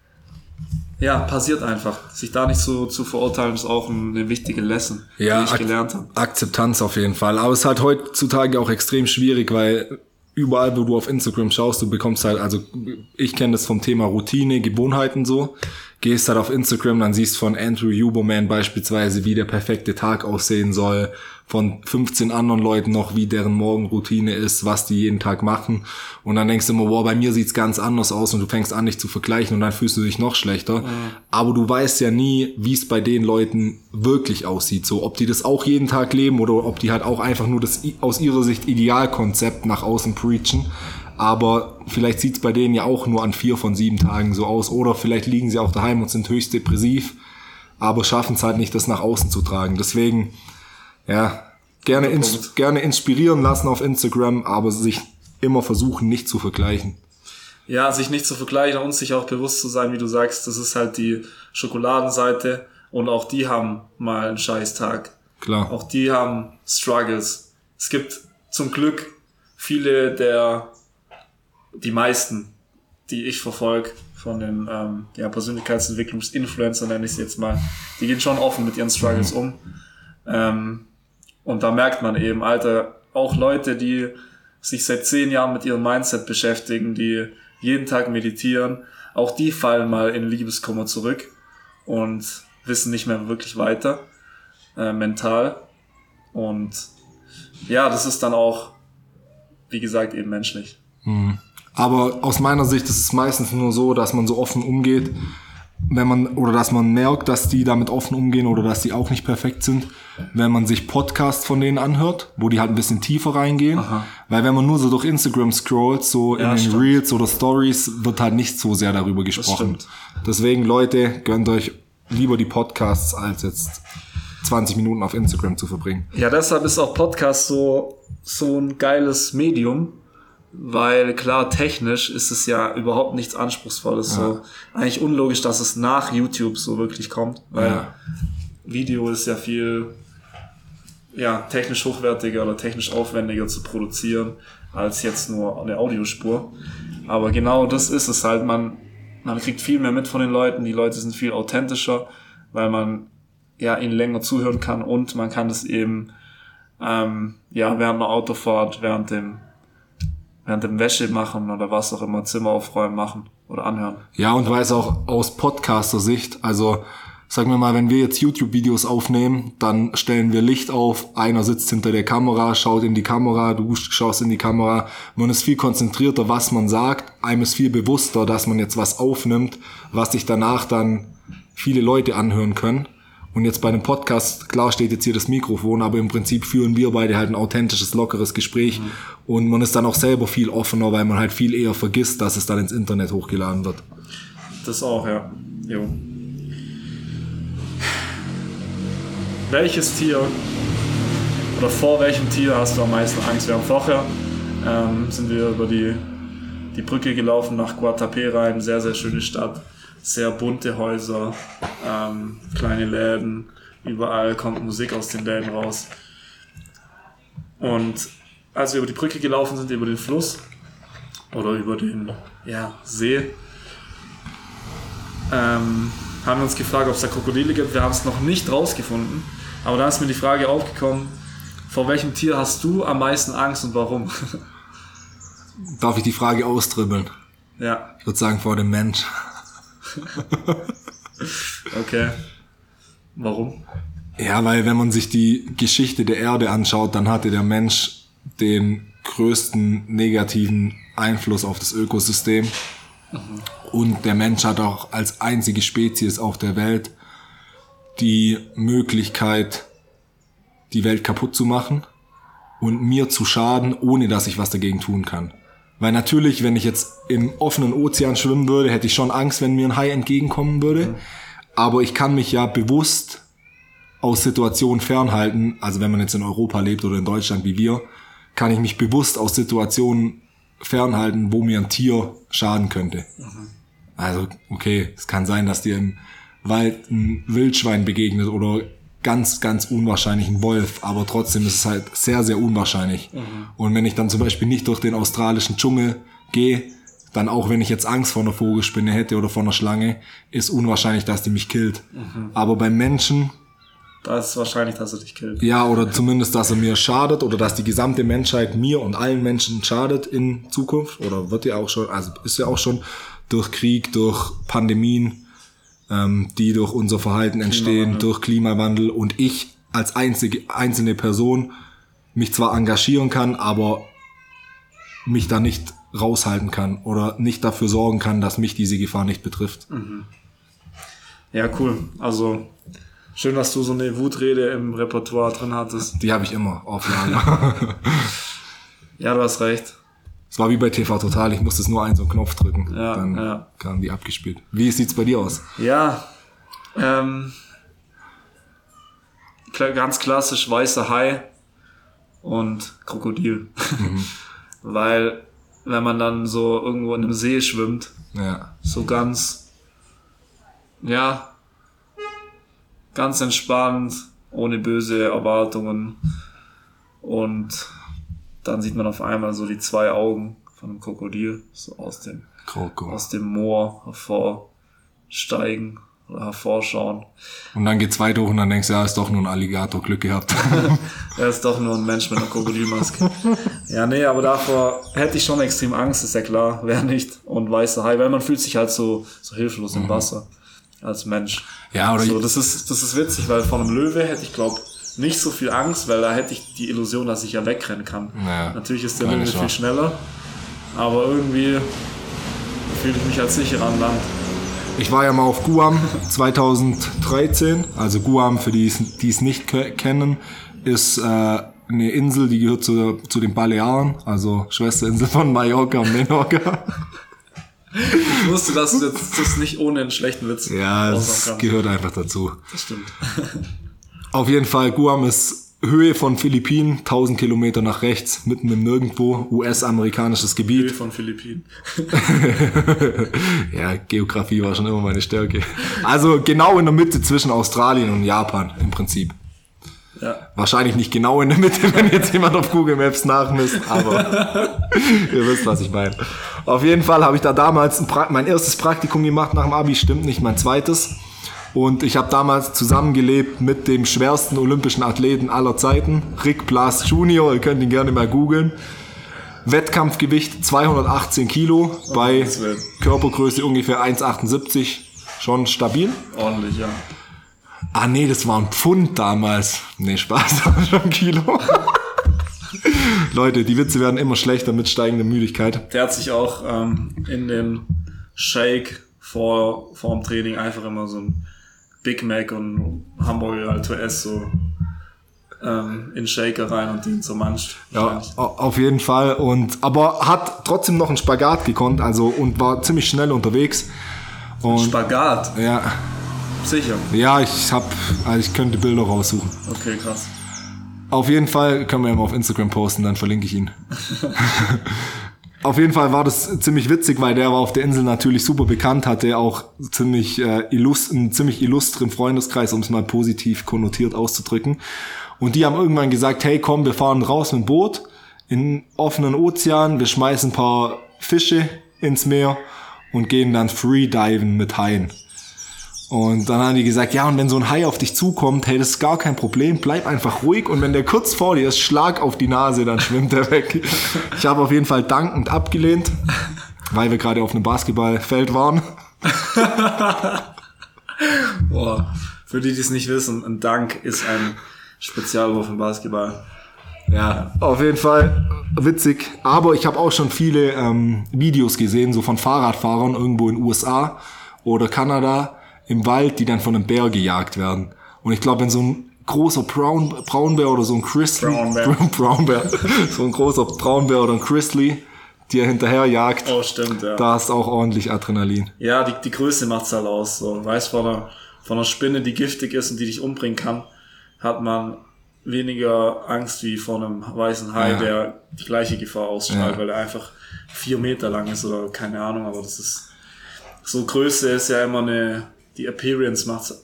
S1: ja, passiert einfach. Sich da nicht so zu verurteilen, ist auch eine wichtige Lesson, die ich gelernt habe.
S2: Akzeptanz auf jeden Fall. Aber es ist halt heutzutage auch extrem schwierig, weil überall, wo du auf Instagram schaust, du bekommst halt, also ich kenne das vom Thema Routine, Gewohnheiten so, gehst halt auf Instagram, dann siehst von Andrew Huberman beispielsweise, wie der perfekte Tag aussehen soll, von 15 anderen Leuten noch, wie deren Morgenroutine ist, was die jeden Tag machen und dann denkst du immer, wow, bei mir sieht's ganz anders aus und du fängst an, dich zu vergleichen und dann fühlst du dich noch schlechter, aber du weißt ja nie, wie es bei den Leuten wirklich aussieht, so, ob die das auch jeden Tag leben oder ob die halt auch einfach nur das aus ihrer Sicht Idealkonzept nach außen preachen. Aber vielleicht sieht's bei denen ja auch nur an 4 von 7 Tagen so aus. Oder vielleicht liegen sie auch daheim und sind höchst depressiv, aber schaffen es halt nicht, das nach außen zu tragen. Deswegen, ja, gerne inspirieren lassen auf Instagram, aber sich immer versuchen, nicht zu vergleichen.
S1: Ja, sich nicht zu vergleichen und sich auch bewusst zu sein, wie du sagst, das ist halt die Schokoladenseite und auch die haben mal einen Scheißtag.
S2: Klar.
S1: Auch die haben Struggles. Es gibt zum Glück viele die meisten, die ich verfolge, von den Persönlichkeitsentwicklungsinfluencer nenne ich sie jetzt mal, die gehen schon offen mit ihren Struggles um. Und da merkt man eben, Alter, auch Leute, die sich seit 10 Jahren mit ihrem Mindset beschäftigen, die jeden Tag meditieren, auch die fallen mal in Liebeskummer zurück und wissen nicht mehr wirklich weiter, mental. Und ja, das ist dann auch, wie gesagt, eben menschlich.
S2: Aber aus meiner Sicht ist es meistens nur so, dass man so offen umgeht, dass man merkt, dass die damit offen umgehen oder dass die auch nicht perfekt sind, wenn man sich Podcasts von denen anhört, wo die halt ein bisschen tiefer reingehen. Aha. Weil wenn man nur so durch Instagram scrollt, so in den Reels oder Stories, wird halt nicht so sehr darüber gesprochen. Deswegen, Leute, gönnt euch lieber die Podcasts, als jetzt 20 Minuten auf Instagram zu verbringen.
S1: Ja, deshalb ist auch Podcast so ein geiles Medium. Weil klar, technisch ist es ja überhaupt nichts Anspruchsvolles. Ja. So eigentlich unlogisch, dass es nach YouTube so wirklich kommt, weil Video ist ja viel technisch hochwertiger oder technisch aufwendiger zu produzieren als jetzt nur eine Audiospur. Aber genau das ist es halt. Man kriegt viel mehr mit von den Leuten. Die Leute sind viel authentischer, weil man ihnen länger zuhören kann und man kann das eben während einer Autofahrt, während dem Wäsche machen oder was auch immer, Zimmer aufräumen machen oder anhören.
S2: Ja, und weiß auch aus Podcaster-Sicht, also sagen wir mal, wenn wir jetzt YouTube-Videos aufnehmen, dann stellen wir Licht auf, einer sitzt hinter der Kamera, schaut in die Kamera, du schaust in die Kamera, man ist viel konzentrierter, was man sagt, einem ist viel bewusster, dass man jetzt was aufnimmt, was sich danach dann viele Leute anhören können. Und jetzt bei einem Podcast, klar steht jetzt hier das Mikrofon, aber im Prinzip führen wir beide halt ein authentisches, lockeres Gespräch. Und man ist dann auch selber viel offener, weil man halt viel eher vergisst, dass es dann ins Internet hochgeladen wird.
S1: Das auch, ja. Jo. Welches Tier oder vor welchem Tier hast du am meisten Angst? Wir haben vorher sind wir über die Brücke gelaufen nach Guatapé rein, sehr, sehr schöne Stadt. Sehr bunte Häuser, kleine Läden, überall kommt Musik aus den Läden raus. Und als wir über die Brücke gelaufen sind, über den Fluss oder über den See, haben wir uns gefragt, ob es da Krokodile gibt. Wir haben es noch nicht rausgefunden, aber da ist mir die Frage aufgekommen, vor welchem Tier hast du am meisten Angst und warum?
S2: Darf ich die Frage austribbeln?
S1: Ja.
S2: Ich würde sagen, vor dem Mensch.
S1: Okay. Warum?
S2: Ja, weil wenn man sich die Geschichte der Erde anschaut, dann hatte der Mensch den größten negativen Einfluss auf das Ökosystem. Und der Mensch hat auch als einzige Spezies auf der Welt die Möglichkeit, die Welt kaputt zu machen und mir zu schaden, ohne dass ich was dagegen tun kann. Weil natürlich, wenn ich jetzt im offenen Ozean schwimmen würde, hätte ich schon Angst, wenn mir ein Hai entgegenkommen würde. Aber ich kann mich ja bewusst aus Situationen fernhalten. Also wenn man jetzt in Europa lebt oder in Deutschland wie wir, kann ich mich bewusst aus Situationen fernhalten, wo mir ein Tier schaden könnte. Also okay, es kann sein, dass dir im Wald ein Wildschwein begegnet oder ganz, ganz unwahrscheinlich ein Wolf, aber trotzdem ist es halt sehr, sehr unwahrscheinlich. Und wenn ich dann zum Beispiel nicht durch den australischen Dschungel gehe, dann auch wenn ich jetzt Angst vor einer Vogelspinne hätte oder vor einer Schlange, ist unwahrscheinlich, dass die mich killt. Aber beim Menschen...
S1: Da ist es wahrscheinlich, dass er dich killt.
S2: Ja, oder zumindest, dass er mir schadet oder dass die gesamte Menschheit mir und allen Menschen schadet in Zukunft. Oder wird ja auch schon, also ist ja auch schon durch Krieg, durch Pandemien, die durch unser Verhalten entstehen, durch Klimawandel. Und ich als einzelne Person mich zwar engagieren kann, aber mich da nicht raushalten kann oder nicht dafür sorgen kann, dass mich diese Gefahr nicht betrifft.
S1: Ja, cool. Also schön, dass du so eine Wutrede im Repertoire drin hattest.
S2: Die habe ich immer auf Lager.
S1: Ja, du hast recht.
S2: Es war wie bei TV Total, ich musste es nur so einen Knopf drücken.
S1: Ja,
S2: dann kamen die abgespielt. Wie sieht's bei dir aus?
S1: Ja, ganz klassisch weißer Hai und Krokodil. Weil, wenn man dann so irgendwo in einem See schwimmt, so ganz entspannt, ohne böse Erwartungen, und dann sieht man auf einmal so die 2 Augen von einem Krokodil so aus dem Moor hervorsteigen oder hervorschauen.
S2: Und dann geht's weiter hoch und dann denkst du, ja, ist doch nur ein Alligator, Glück gehabt.
S1: Er ist doch nur ein Mensch mit einer Krokodilmaske. Ja, nee, aber davor hätte ich schon extrem Angst, ist ja klar, wer nicht. Und weißer Hai, weil man fühlt sich halt so hilflos im Wasser als Mensch. Ja, oder so, das ist witzig, weil vor einem Löwe hätte ich, glaube nicht so viel Angst, weil da hätte ich die Illusion, dass ich ja wegrennen kann. Ja, natürlich ist der Löwe viel schneller, aber irgendwie fühle ich mich als sicherer an Land.
S2: Ich war ja mal auf Guam 2013. Also Guam, für die es nicht kennen, ist eine Insel, die gehört zu den Balearen, also Schwesterinsel von Mallorca und Menorca.
S1: Ich wusste, dass du jetzt das nicht ohne einen schlechten Witz
S2: das gehört einfach dazu.
S1: Das stimmt.
S2: Auf jeden Fall, Guam ist Höhe von Philippinen, 1000 Kilometer nach rechts, mitten im Nirgendwo, US-amerikanisches Gebiet.
S1: Höhe von Philippinen.
S2: Ja, Geografie war schon immer meine Stärke. Also genau in der Mitte zwischen Australien und Japan im Prinzip. Ja. Wahrscheinlich nicht genau in der Mitte, wenn jetzt jemand auf Google Maps nachmisst, aber ihr wisst, was ich meine. Auf jeden Fall habe ich da damals mein erstes Praktikum gemacht nach dem Abi, stimmt nicht, mein zweites. Und ich habe damals zusammengelebt mit dem schwersten olympischen Athleten aller Zeiten, Rick Blas Jr., ihr könnt ihn gerne mal googeln. Wettkampfgewicht 218 Kilo, bei Körpergröße ungefähr 1,78, schon stabil.
S1: Ordentlich, ja.
S2: Ah nee, das war ein Pfund damals. Nee, Spaß, das war schon ein Kilo. Leute, die Witze werden immer schlechter mit steigender Müdigkeit.
S1: Der hat sich auch in den Shake vor dem Training einfach immer so ein Big Mac und Hamburger Alto-S so in Shaker rein und den zermanscht.
S2: Ja, auf jeden Fall. Aber hat trotzdem noch einen Spagat gekonnt, und war ziemlich schnell unterwegs. Und
S1: Spagat?
S2: Ja.
S1: Sicher?
S2: Ja, ich könnte Bilder raussuchen.
S1: Okay, krass.
S2: Auf jeden Fall können wir ja mal auf Instagram posten, dann verlinke ich ihn. Auf jeden Fall war das ziemlich witzig, weil der war auf der Insel natürlich super bekannt, hatte auch einen ziemlich illustren Freundeskreis, um es mal positiv konnotiert auszudrücken. Und die haben irgendwann gesagt, hey komm, wir fahren raus mit dem Boot in offenen Ozean, wir schmeißen ein paar Fische ins Meer und gehen dann Freediven mit Haien. Und dann haben die gesagt, ja, und wenn so ein Hai auf dich zukommt, hey, das ist gar kein Problem, bleib einfach ruhig und wenn der kurz vor dir ist, schlag auf die Nase, dann schwimmt er weg. Ich habe auf jeden Fall dankend abgelehnt, weil wir gerade auf einem Basketballfeld waren.
S1: Boah, für die es nicht wissen, ein Dank ist ein Spezialwurf im Basketball.
S2: Ja, auf jeden Fall witzig. Aber ich habe auch schon viele Videos gesehen, so von Fahrradfahrern irgendwo in den USA oder Kanada, im Wald, die dann von einem Bär gejagt werden. Und ich glaube, wenn so ein großer Braunbär oder so ein Grizzly, Braunbär, so ein großer Braunbär oder ein Grizzly, dir hinterher jagt,
S1: stimmt, ja.
S2: Da ist auch ordentlich Adrenalin.
S1: Ja, die Größe macht's halt aus. So, weißt, von einer Spinne, die giftig ist und die dich umbringen kann, hat man weniger Angst wie vor einem weißen Hai, der die gleiche Gefahr ausstrahlt, weil er einfach 4 Meter lang ist oder keine Ahnung, aber das ist, so Größe ist ja immer die Appearance macht's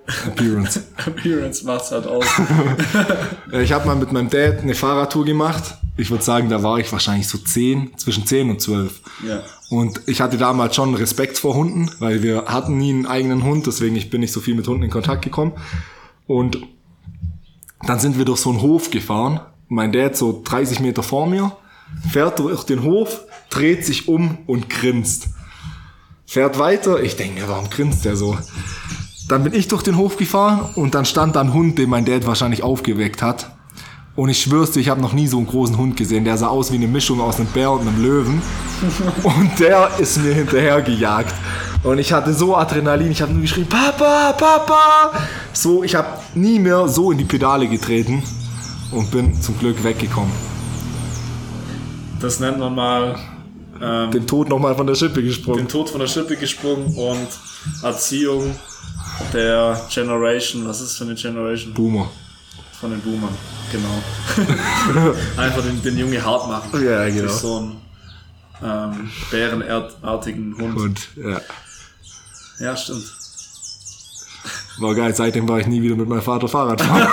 S1: halt aus.
S2: Ich habe mal mit meinem Dad eine Fahrradtour gemacht. Ich würde sagen, da war ich wahrscheinlich so zwischen 10 und 12.
S1: Ja.
S2: Und ich hatte damals schon Respekt vor Hunden, weil wir hatten nie einen eigenen Hund, deswegen bin ich so viel mit Hunden in Kontakt gekommen. Und dann sind wir durch so einen Hof gefahren. Mein Dad so 30 Meter vor mir, fährt durch den Hof, dreht sich um und grinst. Fährt weiter, ich denke mir, warum grinst der so? Dann bin ich durch den Hof gefahren und dann stand da ein Hund, den mein Dad wahrscheinlich aufgeweckt hat. Und ich schwör's dir, ich habe noch nie so einen großen Hund gesehen. Der sah aus wie eine Mischung aus einem Bär und einem Löwen. Und der ist mir hinterher gejagt. Und ich hatte so Adrenalin, ich habe nur geschrien, Papa, Papa! So, ich habe nie mehr so in die Pedale getreten und bin zum Glück weggekommen.
S1: Das nennt man mal...
S2: den Tod nochmal von der Schippe gesprungen.
S1: Den Tod von der Schippe gesprungen und Erziehung der Generation. Was ist das für eine Generation?
S2: Boomer.
S1: Von den Boomern, genau. Einfach den Junge hart machen.
S2: Ja, genau.
S1: Durch so einen bärenartigen Hund.
S2: Und, ja.
S1: Ja, stimmt.
S2: War geil, seitdem war ich nie wieder mit meinem Vater Fahrrad fahren.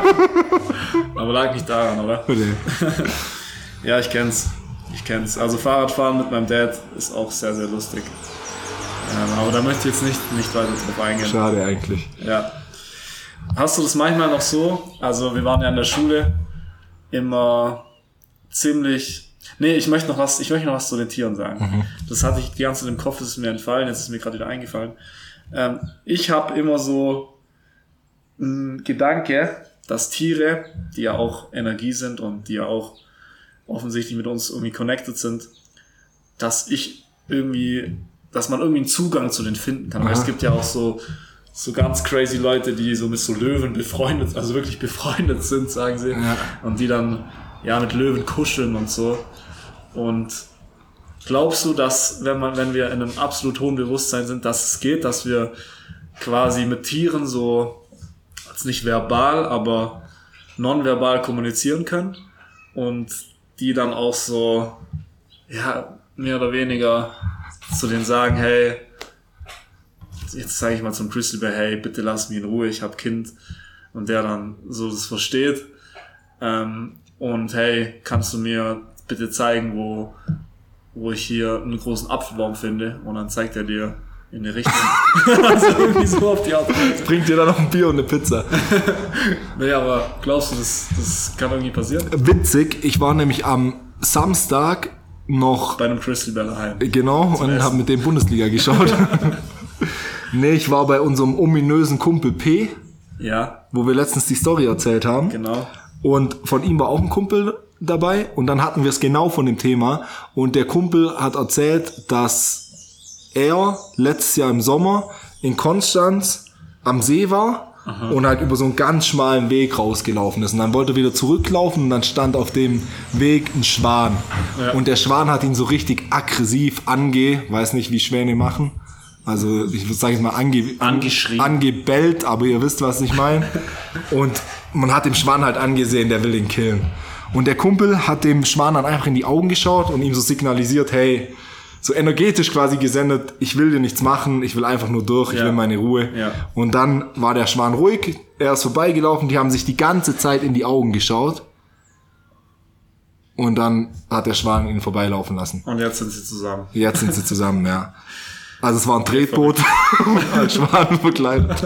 S1: Aber lag nicht daran, oder?
S2: Nee.
S1: Ja, ich kenn's. Also Fahrradfahren mit meinem Dad ist auch sehr, sehr lustig. Aber da möchte ich jetzt nicht weiter drauf eingehen.
S2: Schade eigentlich.
S1: Ja. Hast du das manchmal noch so? Also wir waren ja in der Schule immer ziemlich... Nee, ich möchte noch was zu den Tieren sagen. Das hatte ich die ganze Zeit im Kopf, das ist mir entfallen, jetzt ist mir gerade wieder eingefallen. Ich habe immer so einen Gedanke, dass Tiere, die ja auch Energie sind und die ja auch offensichtlich mit uns irgendwie connected sind, dass man irgendwie einen Zugang zu denen finden kann. Weil es gibt ja auch so ganz crazy Leute, die so mit so Löwen befreundet, also wirklich befreundet sind, sagen sie. Ja. Und die dann mit Löwen kuscheln und so. Und glaubst du, dass wenn wir in einem absolut hohen Bewusstsein sind, dass es geht, dass wir quasi mit Tieren so, jetzt nicht verbal, aber nonverbal kommunizieren können und die dann auch so, mehr oder weniger zu denen sagen, hey, jetzt sage ich mal zum Grizzlybär, hey, bitte lass mich in Ruhe, ich hab Kind, und der dann so das versteht, und hey, kannst du mir bitte zeigen, wo ich hier einen großen Apfelbaum finde, und dann zeigt er dir in die Richtung. Also irgendwie so auf die Art.
S2: Bringt dir dann noch ein Bier und eine Pizza.
S1: Naja, aber glaubst du, das kann irgendwie passieren?
S2: Witzig, ich war nämlich am Samstag noch...
S1: Bei einem Grizzlybär daheim.
S2: Genau, und habe mit dem Bundesliga geschaut. Nee, ich war bei unserem ominösen Kumpel P.
S1: Ja.
S2: Wo wir letztens die Story erzählt haben.
S1: Genau.
S2: Und von ihm war auch ein Kumpel dabei. Und dann hatten wir es genau von dem Thema. Und der Kumpel hat erzählt, dass er letztes Jahr im Sommer in Konstanz am See war. Aha. Und halt über so einen ganz schmalen Weg rausgelaufen ist. Und dann wollte er wieder zurücklaufen und dann stand auf dem Weg ein Schwan. Ja. Und der Schwan hat ihn so richtig aggressiv weiß nicht, wie Schwäne machen. Also ich würde sagen, mal angebellt, aber ihr wisst, was ich meine. Und man hat dem Schwan halt angesehen, der will ihn killen. Und der Kumpel hat dem Schwan dann einfach in die Augen geschaut und ihm so signalisiert, hey, so energetisch quasi gesendet, ich will dir nichts machen, ich will einfach nur durch, ich will meine Ruhe. Ja. Und dann war der Schwan ruhig, er ist vorbeigelaufen, die haben sich die ganze Zeit in die Augen geschaut. Und dann hat der Schwan ihn vorbeilaufen lassen.
S1: Und jetzt sind sie zusammen.
S2: Jetzt sind sie zusammen, ja. Also es war ein Tretboot als Schwan verkleidet.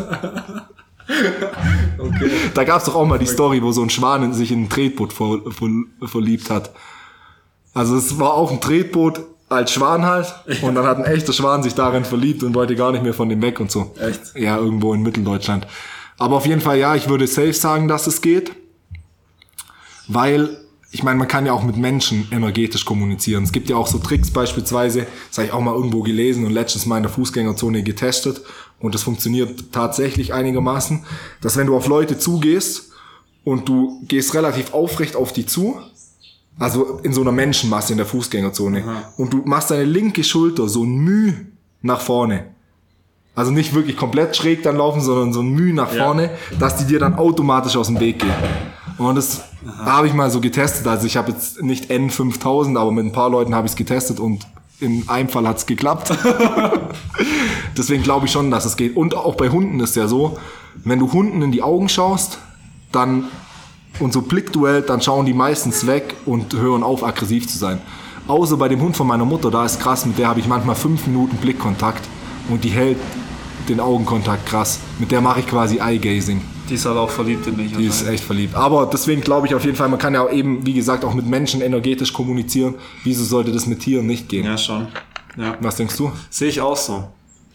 S2: Okay. Da gab es doch auch mal die Story, wo so ein Schwan sich in ein Tretboot verliebt hat. Also es war auch ein Tretboot als Schwan halt. Und dann hat ein echter Schwan sich darin verliebt und wollte gar nicht mehr von dem weg und so.
S1: Echt?
S2: Ja, irgendwo in Mitteldeutschland. Aber auf jeden Fall, ja, ich würde safe sagen, dass es geht. Weil... Ich meine, man kann ja auch mit Menschen energetisch kommunizieren. Es gibt ja auch so Tricks beispielsweise, das habe ich auch mal irgendwo gelesen und letztens mal in der Fußgängerzone getestet und das funktioniert tatsächlich einigermaßen, dass wenn du auf Leute zugehst und du gehst relativ aufrecht auf die zu, also in so einer Menschenmasse in der Fußgängerzone, und du machst deine linke Schulter so ein Müh nach vorne also nicht wirklich komplett schräg dann laufen, sondern so ein Mühe nach vorne, dass die dir dann automatisch aus dem Weg gehen. Und das habe ich mal so getestet. Also ich habe jetzt nicht N5000, aber mit ein paar Leuten habe ich es getestet und in einem Fall hat es geklappt. Deswegen glaube ich schon, dass es geht. Und auch bei Hunden ist ja so, wenn du Hunden in die Augen schaust, dann und so Blickduell, dann schauen die meistens weg und hören auf, aggressiv zu sein. Außer bei dem Hund von meiner Mutter, da ist krass, mit der habe ich manchmal 5 Minuten Blickkontakt und die hält den Augenkontakt krass. Mit der mache ich quasi Eye-Gazing.
S1: Die ist halt auch verliebt in mich.
S2: Die ist echt verliebt. Aber deswegen glaube ich auf jeden Fall, man kann ja auch eben, wie gesagt, auch mit Menschen energetisch kommunizieren. Wieso sollte das mit Tieren nicht gehen?
S1: Ja, schon. Ja.
S2: Was denkst du?
S1: Sehe ich auch so.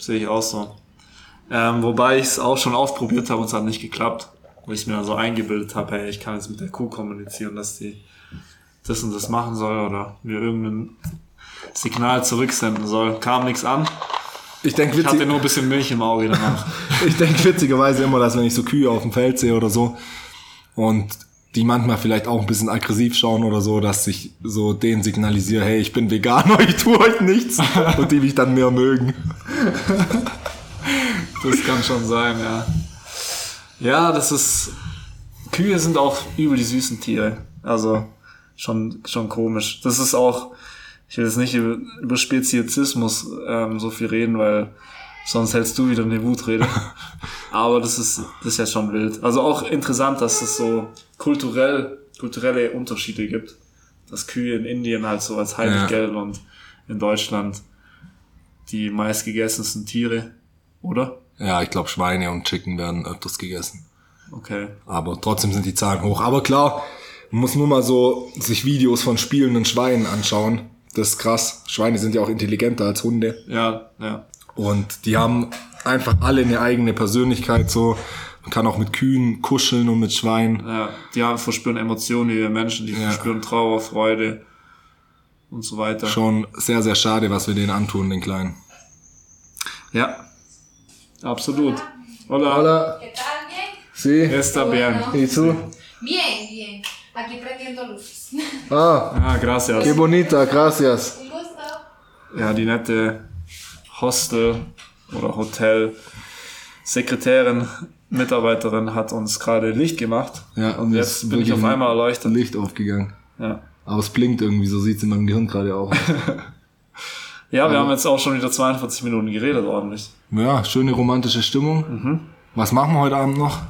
S1: Wobei ich es auch schon ausprobiert habe und es hat nicht geklappt. Wo ich mir dann so eingebildet habe, hey, ich kann jetzt mit der Kuh kommunizieren, dass die das und das machen soll oder mir irgendein Signal zurücksenden soll. Kam nichts an. Ich hatte nur ein bisschen Milch im Auge danach.
S2: Ich denke witzigerweise immer, dass wenn ich so Kühe auf dem Feld sehe oder so und die manchmal vielleicht auch ein bisschen aggressiv schauen oder so, dass ich so denen signalisiere, hey, ich bin vegan, ich tue euch nichts und die mich dann mehr mögen.
S1: Das kann schon sein, ja. Ja, Kühe sind auch übel die süßen Tiere. Also schon komisch. Das ist auch, ich will jetzt nicht über Speziesismus so viel reden, weil sonst hältst du wieder eine Wutrede. Aber das ist ja schon wild. Also auch interessant, dass es so kulturelle Unterschiede gibt. Dass Kühe in Indien halt so als heilig gelten und in Deutschland die meistgegessensten Tiere, oder?
S2: Ja, ich glaube Schweine und Chicken werden öfters gegessen.
S1: Okay.
S2: Aber trotzdem sind die Zahlen hoch. Aber klar, man muss nur mal so sich Videos von spielenden Schweinen anschauen. Das ist krass. Schweine sind ja auch intelligenter als Hunde.
S1: Ja.
S2: Und die haben einfach alle eine eigene Persönlichkeit. So, man kann auch mit Kühen kuscheln und mit Schweinen.
S1: Ja, die verspüren Emotionen wie wir Menschen. Die verspüren Trauer, Freude und so weiter.
S2: Schon sehr, sehr schade, was wir denen antun, den Kleinen.
S1: Ja, absolut.
S2: Hola.
S3: ¿Qué tal? Bien.
S2: Sí.
S1: Está bien.
S2: ¿Y tú?
S3: Bien. Aquí prendiendo luces.
S2: Ah,
S1: Gracias.
S2: qué bonita, gracias.
S3: Un gusto.
S1: Ja, die nette Hostel- oder Hotel-Sekretärin, Mitarbeiterin hat uns gerade Licht gemacht.
S2: Ja, und
S1: Jetzt bin ich auf einmal erleuchtet.
S2: Licht aufgegangen.
S1: Ja.
S2: Aber es blinkt irgendwie, so sieht's in meinem Gehirn gerade auch aus.
S1: Ja, wir haben jetzt auch schon wieder 42 Minuten geredet, ordentlich.
S2: Ja, schöne romantische Stimmung. Was machen wir heute Abend noch?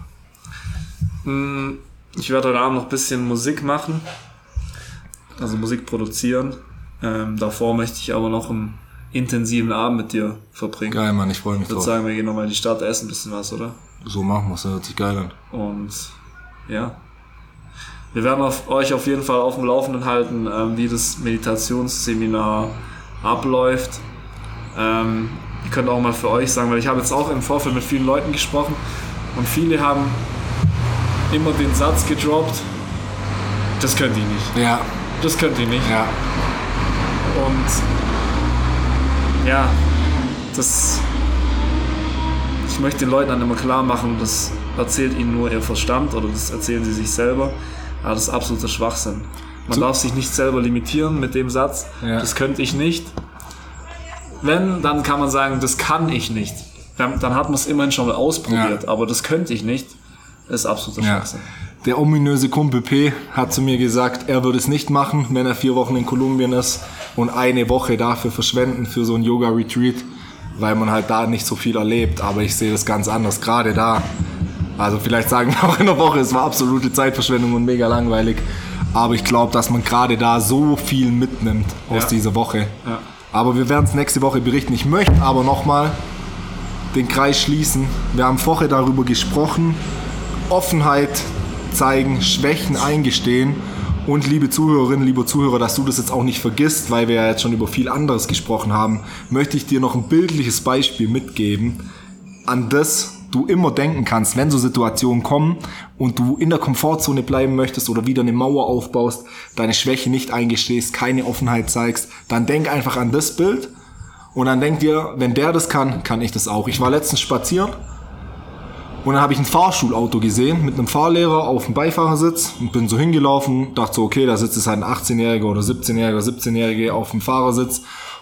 S1: Ich werde heute Abend noch ein bisschen Musik machen. Also Musik produzieren. Davor möchte ich aber noch einen intensiven Abend mit dir verbringen.
S2: Geil, Mann, ich freue mich
S1: Ich würde
S2: drauf.
S1: sagen, wir gehen nochmal in die Stadt, essen ein bisschen was, oder?
S2: So machen wir's, das hört sich geil an.
S1: Und ja, wir werden euch auf jeden Fall auf dem Laufenden halten, wie das Meditationsseminar abläuft. Ihr könnt auch mal für euch sagen, weil ich habe jetzt auch im Vorfeld mit vielen Leuten gesprochen und viele haben immer den Satz gedroppt, das könnt ihr nicht.
S2: Ja,
S1: Das könnt ihr nicht.
S2: ja.
S1: Und ja, ich möchte den Leuten dann immer klar machen, das erzählt ihnen nur ihr Verstand oder das erzählen sie sich selber, aber das ist absoluter Schwachsinn. Man darf sich nicht selber limitieren mit dem Satz, das könnte ich nicht. Wenn, dann kann man sagen, das kann ich nicht. Dann hat man es immerhin schon mal ausprobiert, aber das könnte ich nicht, ist absoluter Schwachsinn.
S2: Der ominöse Kumpel P. hat zu mir gesagt, er würde es nicht machen, wenn er 4 Wochen in Kolumbien ist und eine Woche dafür verschwenden für so ein Yoga-Retreat, weil man halt da nicht so viel erlebt. Aber ich sehe das ganz anders, gerade da. Also vielleicht sagen wir auch in der Woche, es war absolute Zeitverschwendung und mega langweilig. Aber ich glaube, dass man gerade da so viel mitnimmt aus dieser Woche.
S1: Ja.
S2: Aber wir werden es nächste Woche berichten. Ich möchte aber nochmal den Kreis schließen. Wir haben vorher darüber gesprochen, Offenheit zeigen, Schwächen eingestehen und liebe Zuhörerinnen, liebe Zuhörer, dass du das jetzt auch nicht vergisst, weil wir ja jetzt schon über viel anderes gesprochen haben, möchte ich dir noch ein bildliches Beispiel mitgeben, an das du immer denken kannst, wenn so Situationen kommen und du in der Komfortzone bleiben möchtest oder wieder eine Mauer aufbaust, deine Schwäche nicht eingestehst, keine Offenheit zeigst, dann denk einfach an das Bild und dann denk dir, wenn der das kann, kann ich das auch. Ich war letztens spazieren und dann habe ich ein Fahrschulauto gesehen mit einem Fahrlehrer auf dem Beifahrersitz und bin so hingelaufen, dachte so, okay, da sitzt jetzt halt ein 18-Jähriger oder 17-Jähriger, 17-Jährige auf dem Fahrersitz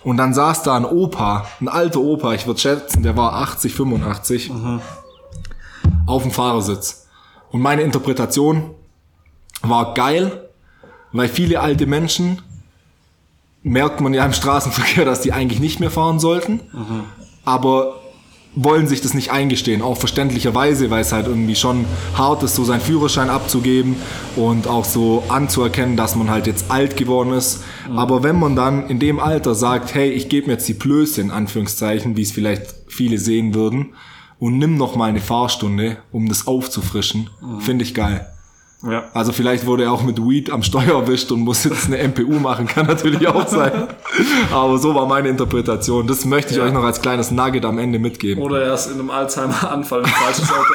S2: Und dann saß da ein alter Opa, ich würde schätzen, der war 80, 85, auf dem Fahrersitz. Und meine Interpretation war geil, weil viele alte Menschen, merkt man ja im Straßenverkehr, dass die eigentlich nicht mehr fahren sollten, aber wollen sich das nicht eingestehen, auch verständlicherweise, weil es halt irgendwie schon hart ist, so seinen Führerschein abzugeben und auch so anzuerkennen, dass man halt jetzt alt geworden ist. Aber wenn man dann in dem Alter sagt, hey, ich gebe mir jetzt die Blöße, in Anführungszeichen, wie es vielleicht viele sehen würden, und nimm noch mal eine Fahrstunde, um das aufzufrischen, finde ich geil.
S1: Ja.
S2: Also vielleicht wurde er auch mit Weed am Steuer erwischt und muss jetzt eine MPU machen, kann natürlich auch sein. Aber so war meine Interpretation. Das möchte ich euch noch als kleines Nugget am Ende mitgeben.
S1: Oder er ist in einem Alzheimer-Anfall ein falsches Auto.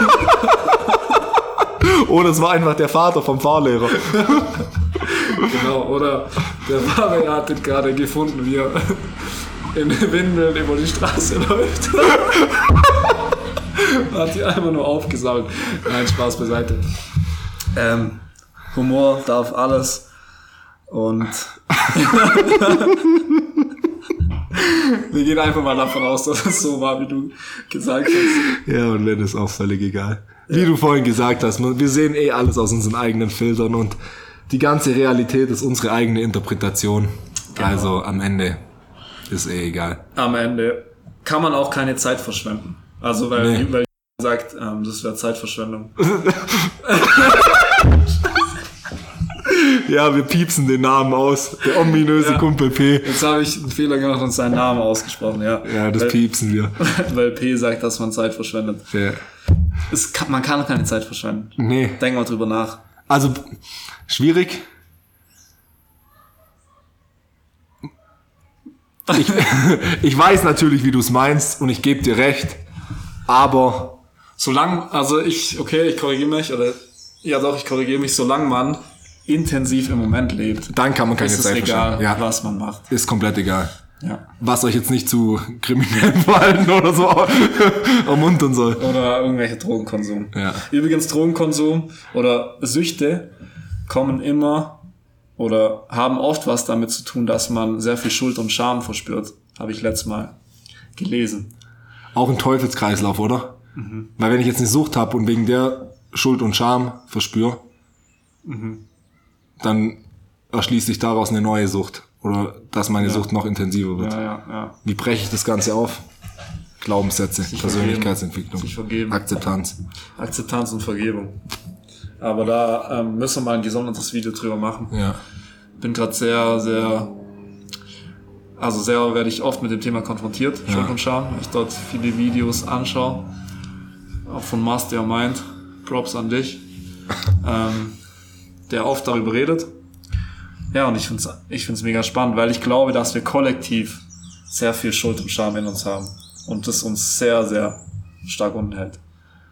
S2: Oder es war einfach der Vater vom Fahrlehrer.
S1: Genau, oder der Fahrer hat den gerade gefunden, wie er in Windeln über die Straße läuft. Hat sie einfach nur aufgesaugt. Nein, Spaß beiseite. Humor darf alles und wir gehen einfach mal davon aus, dass es so war, wie du gesagt hast.
S2: Ja, und Len ist auch völlig egal. Wie du vorhin gesagt hast, wir sehen alles aus unseren eigenen Filtern und die ganze Realität ist unsere eigene Interpretation. Genau. Also am Ende ist egal.
S1: Am Ende kann man auch keine Zeit verschwenden. Also weil sagt, das wäre Zeitverschwendung.
S2: Ja, wir piepsen den Namen aus. Der ominöse Kumpel P.
S1: Jetzt habe ich einen Fehler gemacht und seinen Namen ausgesprochen, ja.
S2: Ja, das piepsen wir.
S1: Weil P sagt, dass man Zeit verschwendet.
S2: Ja.
S1: Man kann keine Zeit verschwenden.
S2: Nee.
S1: Denk mal drüber nach.
S2: Also, schwierig. Ich weiß natürlich, wie du es meinst und ich gebe dir recht, aber
S1: ich korrigiere mich, ich korrigiere mich, solange man intensiv im Moment lebt.
S2: Dann kann man keine Zeit verschwenden.
S1: Ist egal, was man macht.
S2: Ist komplett egal.
S1: Ja.
S2: Was euch jetzt nicht zu kriminellen Verhalten oder so ermuntern soll.
S1: Oder irgendwelche Drogenkonsum.
S2: Ja.
S1: Übrigens Drogenkonsum oder Süchte kommen immer oder haben oft was damit zu tun, dass man sehr viel Schuld und Scham verspürt. Habe ich letztes Mal gelesen.
S2: Auch ein Teufelskreislauf, oder? Mhm. Weil wenn ich jetzt eine Sucht habe und wegen der Schuld und Scham verspüre, dann erschließt sich daraus eine neue Sucht. Oder dass meine Sucht noch intensiver wird.
S1: Ja.
S2: Wie breche ich das Ganze auf? Glaubenssätze, Persönlichkeitsentwicklung,
S1: sich vergeben.
S2: Akzeptanz
S1: Und Vergebung. Aber da müssen wir mal ein gesondertes Video drüber machen.
S2: Ja.
S1: Bin gerade sehr werde ich oft mit dem Thema konfrontiert, Schuld und Scham, weil ich dort viele Videos anschaue, auch von Mastermind, Props an dich, der oft darüber redet. Ja, und ich find's mega spannend, weil ich glaube, dass wir kollektiv sehr viel Schuld und Scham in uns haben und das uns sehr, sehr stark unten hält.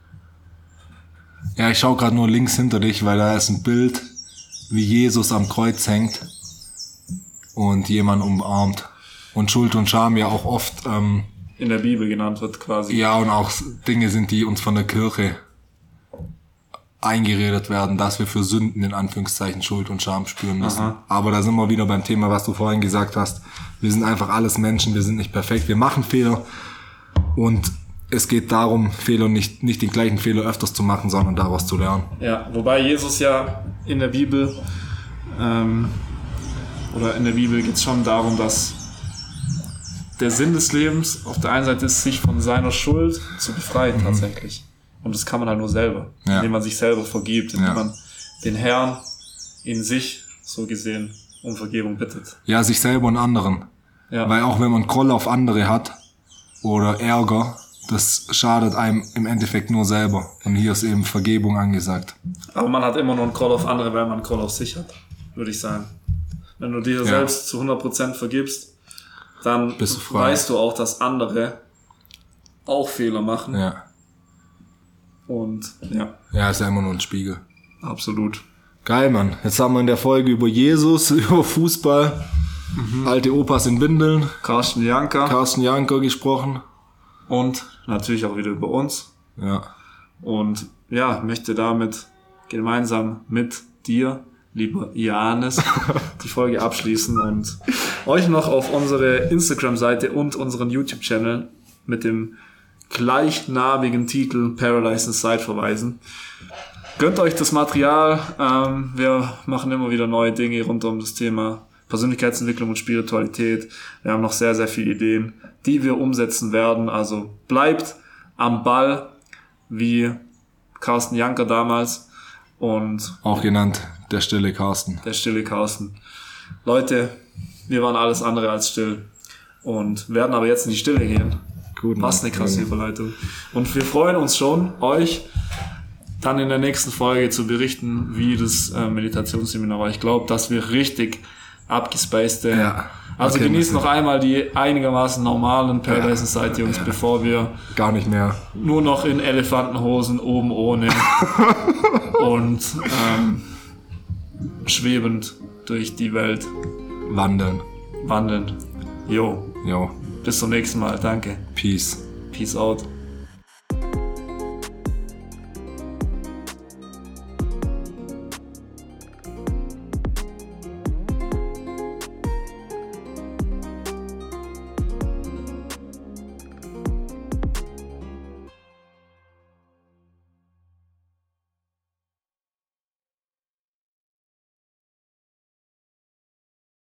S2: Ja, ich schaue gerade nur links hinter dich, weil da ist ein Bild, wie Jesus am Kreuz hängt und jemand umarmt. Und Schuld und Scham ja auch oft
S1: in der Bibel genannt wird quasi.
S2: Ja, und auch Dinge sind, die uns von der Kirche eingeredet werden, dass wir für Sünden in Anführungszeichen Schuld und Scham spüren müssen. Aha. Aber da sind wir wieder beim Thema, was du vorhin gesagt hast. Wir sind einfach alles Menschen, wir sind nicht perfekt, wir machen Fehler und es geht darum, Fehler nicht den gleichen Fehler öfters zu machen, sondern daraus zu lernen.
S1: Ja, wobei Jesus ja in der Bibel geht es schon darum, dass der Sinn des Lebens auf der einen Seite ist, sich von seiner Schuld zu befreien tatsächlich. Und das kann man halt nur selber, indem man sich selber vergibt, indem man den Herrn in sich so gesehen um Vergebung bittet.
S2: Ja, sich selber und anderen. Ja. Weil auch wenn man Groll auf andere hat oder Ärger, das schadet einem im Endeffekt nur selber. Und hier ist eben Vergebung angesagt.
S1: Aber man hat immer nur einen Groll auf andere, weil man einen Groll auf sich hat, würde ich sagen. Wenn du dir selbst zu 100% vergibst, dann weißt du auch, dass andere auch Fehler machen.
S2: Ja.
S1: Und
S2: ja, ist ja immer nur ein Spiegel.
S1: Absolut.
S2: Geil, Mann. Jetzt haben wir in der Folge über Jesus, über Fußball, alte Opas in Windeln,
S1: Carsten Janker
S2: gesprochen.
S1: Und natürlich auch wieder über uns.
S2: Ja.
S1: Und möchte damit gemeinsam mit dir lieber Johannes, die Folge abschließen und euch noch auf unsere Instagram-Seite und unseren YouTube-Channel mit dem gleichnamigen Titel Paradise Inside verweisen. Gönnt euch das Material. Wir machen immer wieder neue Dinge rund um das Thema Persönlichkeitsentwicklung und Spiritualität. Wir haben noch sehr, sehr viele Ideen, die wir umsetzen werden. Also bleibt am Ball, wie Carsten Janker damals. Und
S2: auch genannt der stille Carsten.
S1: Der stille Carsten. Leute, wir waren alles andere als still und werden aber jetzt in die Stille gehen.
S2: Gut,
S1: was eine krasse Überleitung. Und wir freuen uns schon, euch dann in der nächsten Folge zu berichten, wie das Meditationsseminar war. Ich glaube, dass wir richtig abgespacede.
S2: Ja.
S1: Also
S2: okay,
S1: genießt noch einmal die einigermaßen normalen Paradise Inside Jungs, bevor wir
S2: gar nicht mehr
S1: nur noch in Elefantenhosen oben ohne und schwebend durch die Welt
S2: wandeln.
S1: Jo.
S2: Jo.
S1: Bis zum nächsten Mal. Danke.
S2: Peace.
S1: Peace out.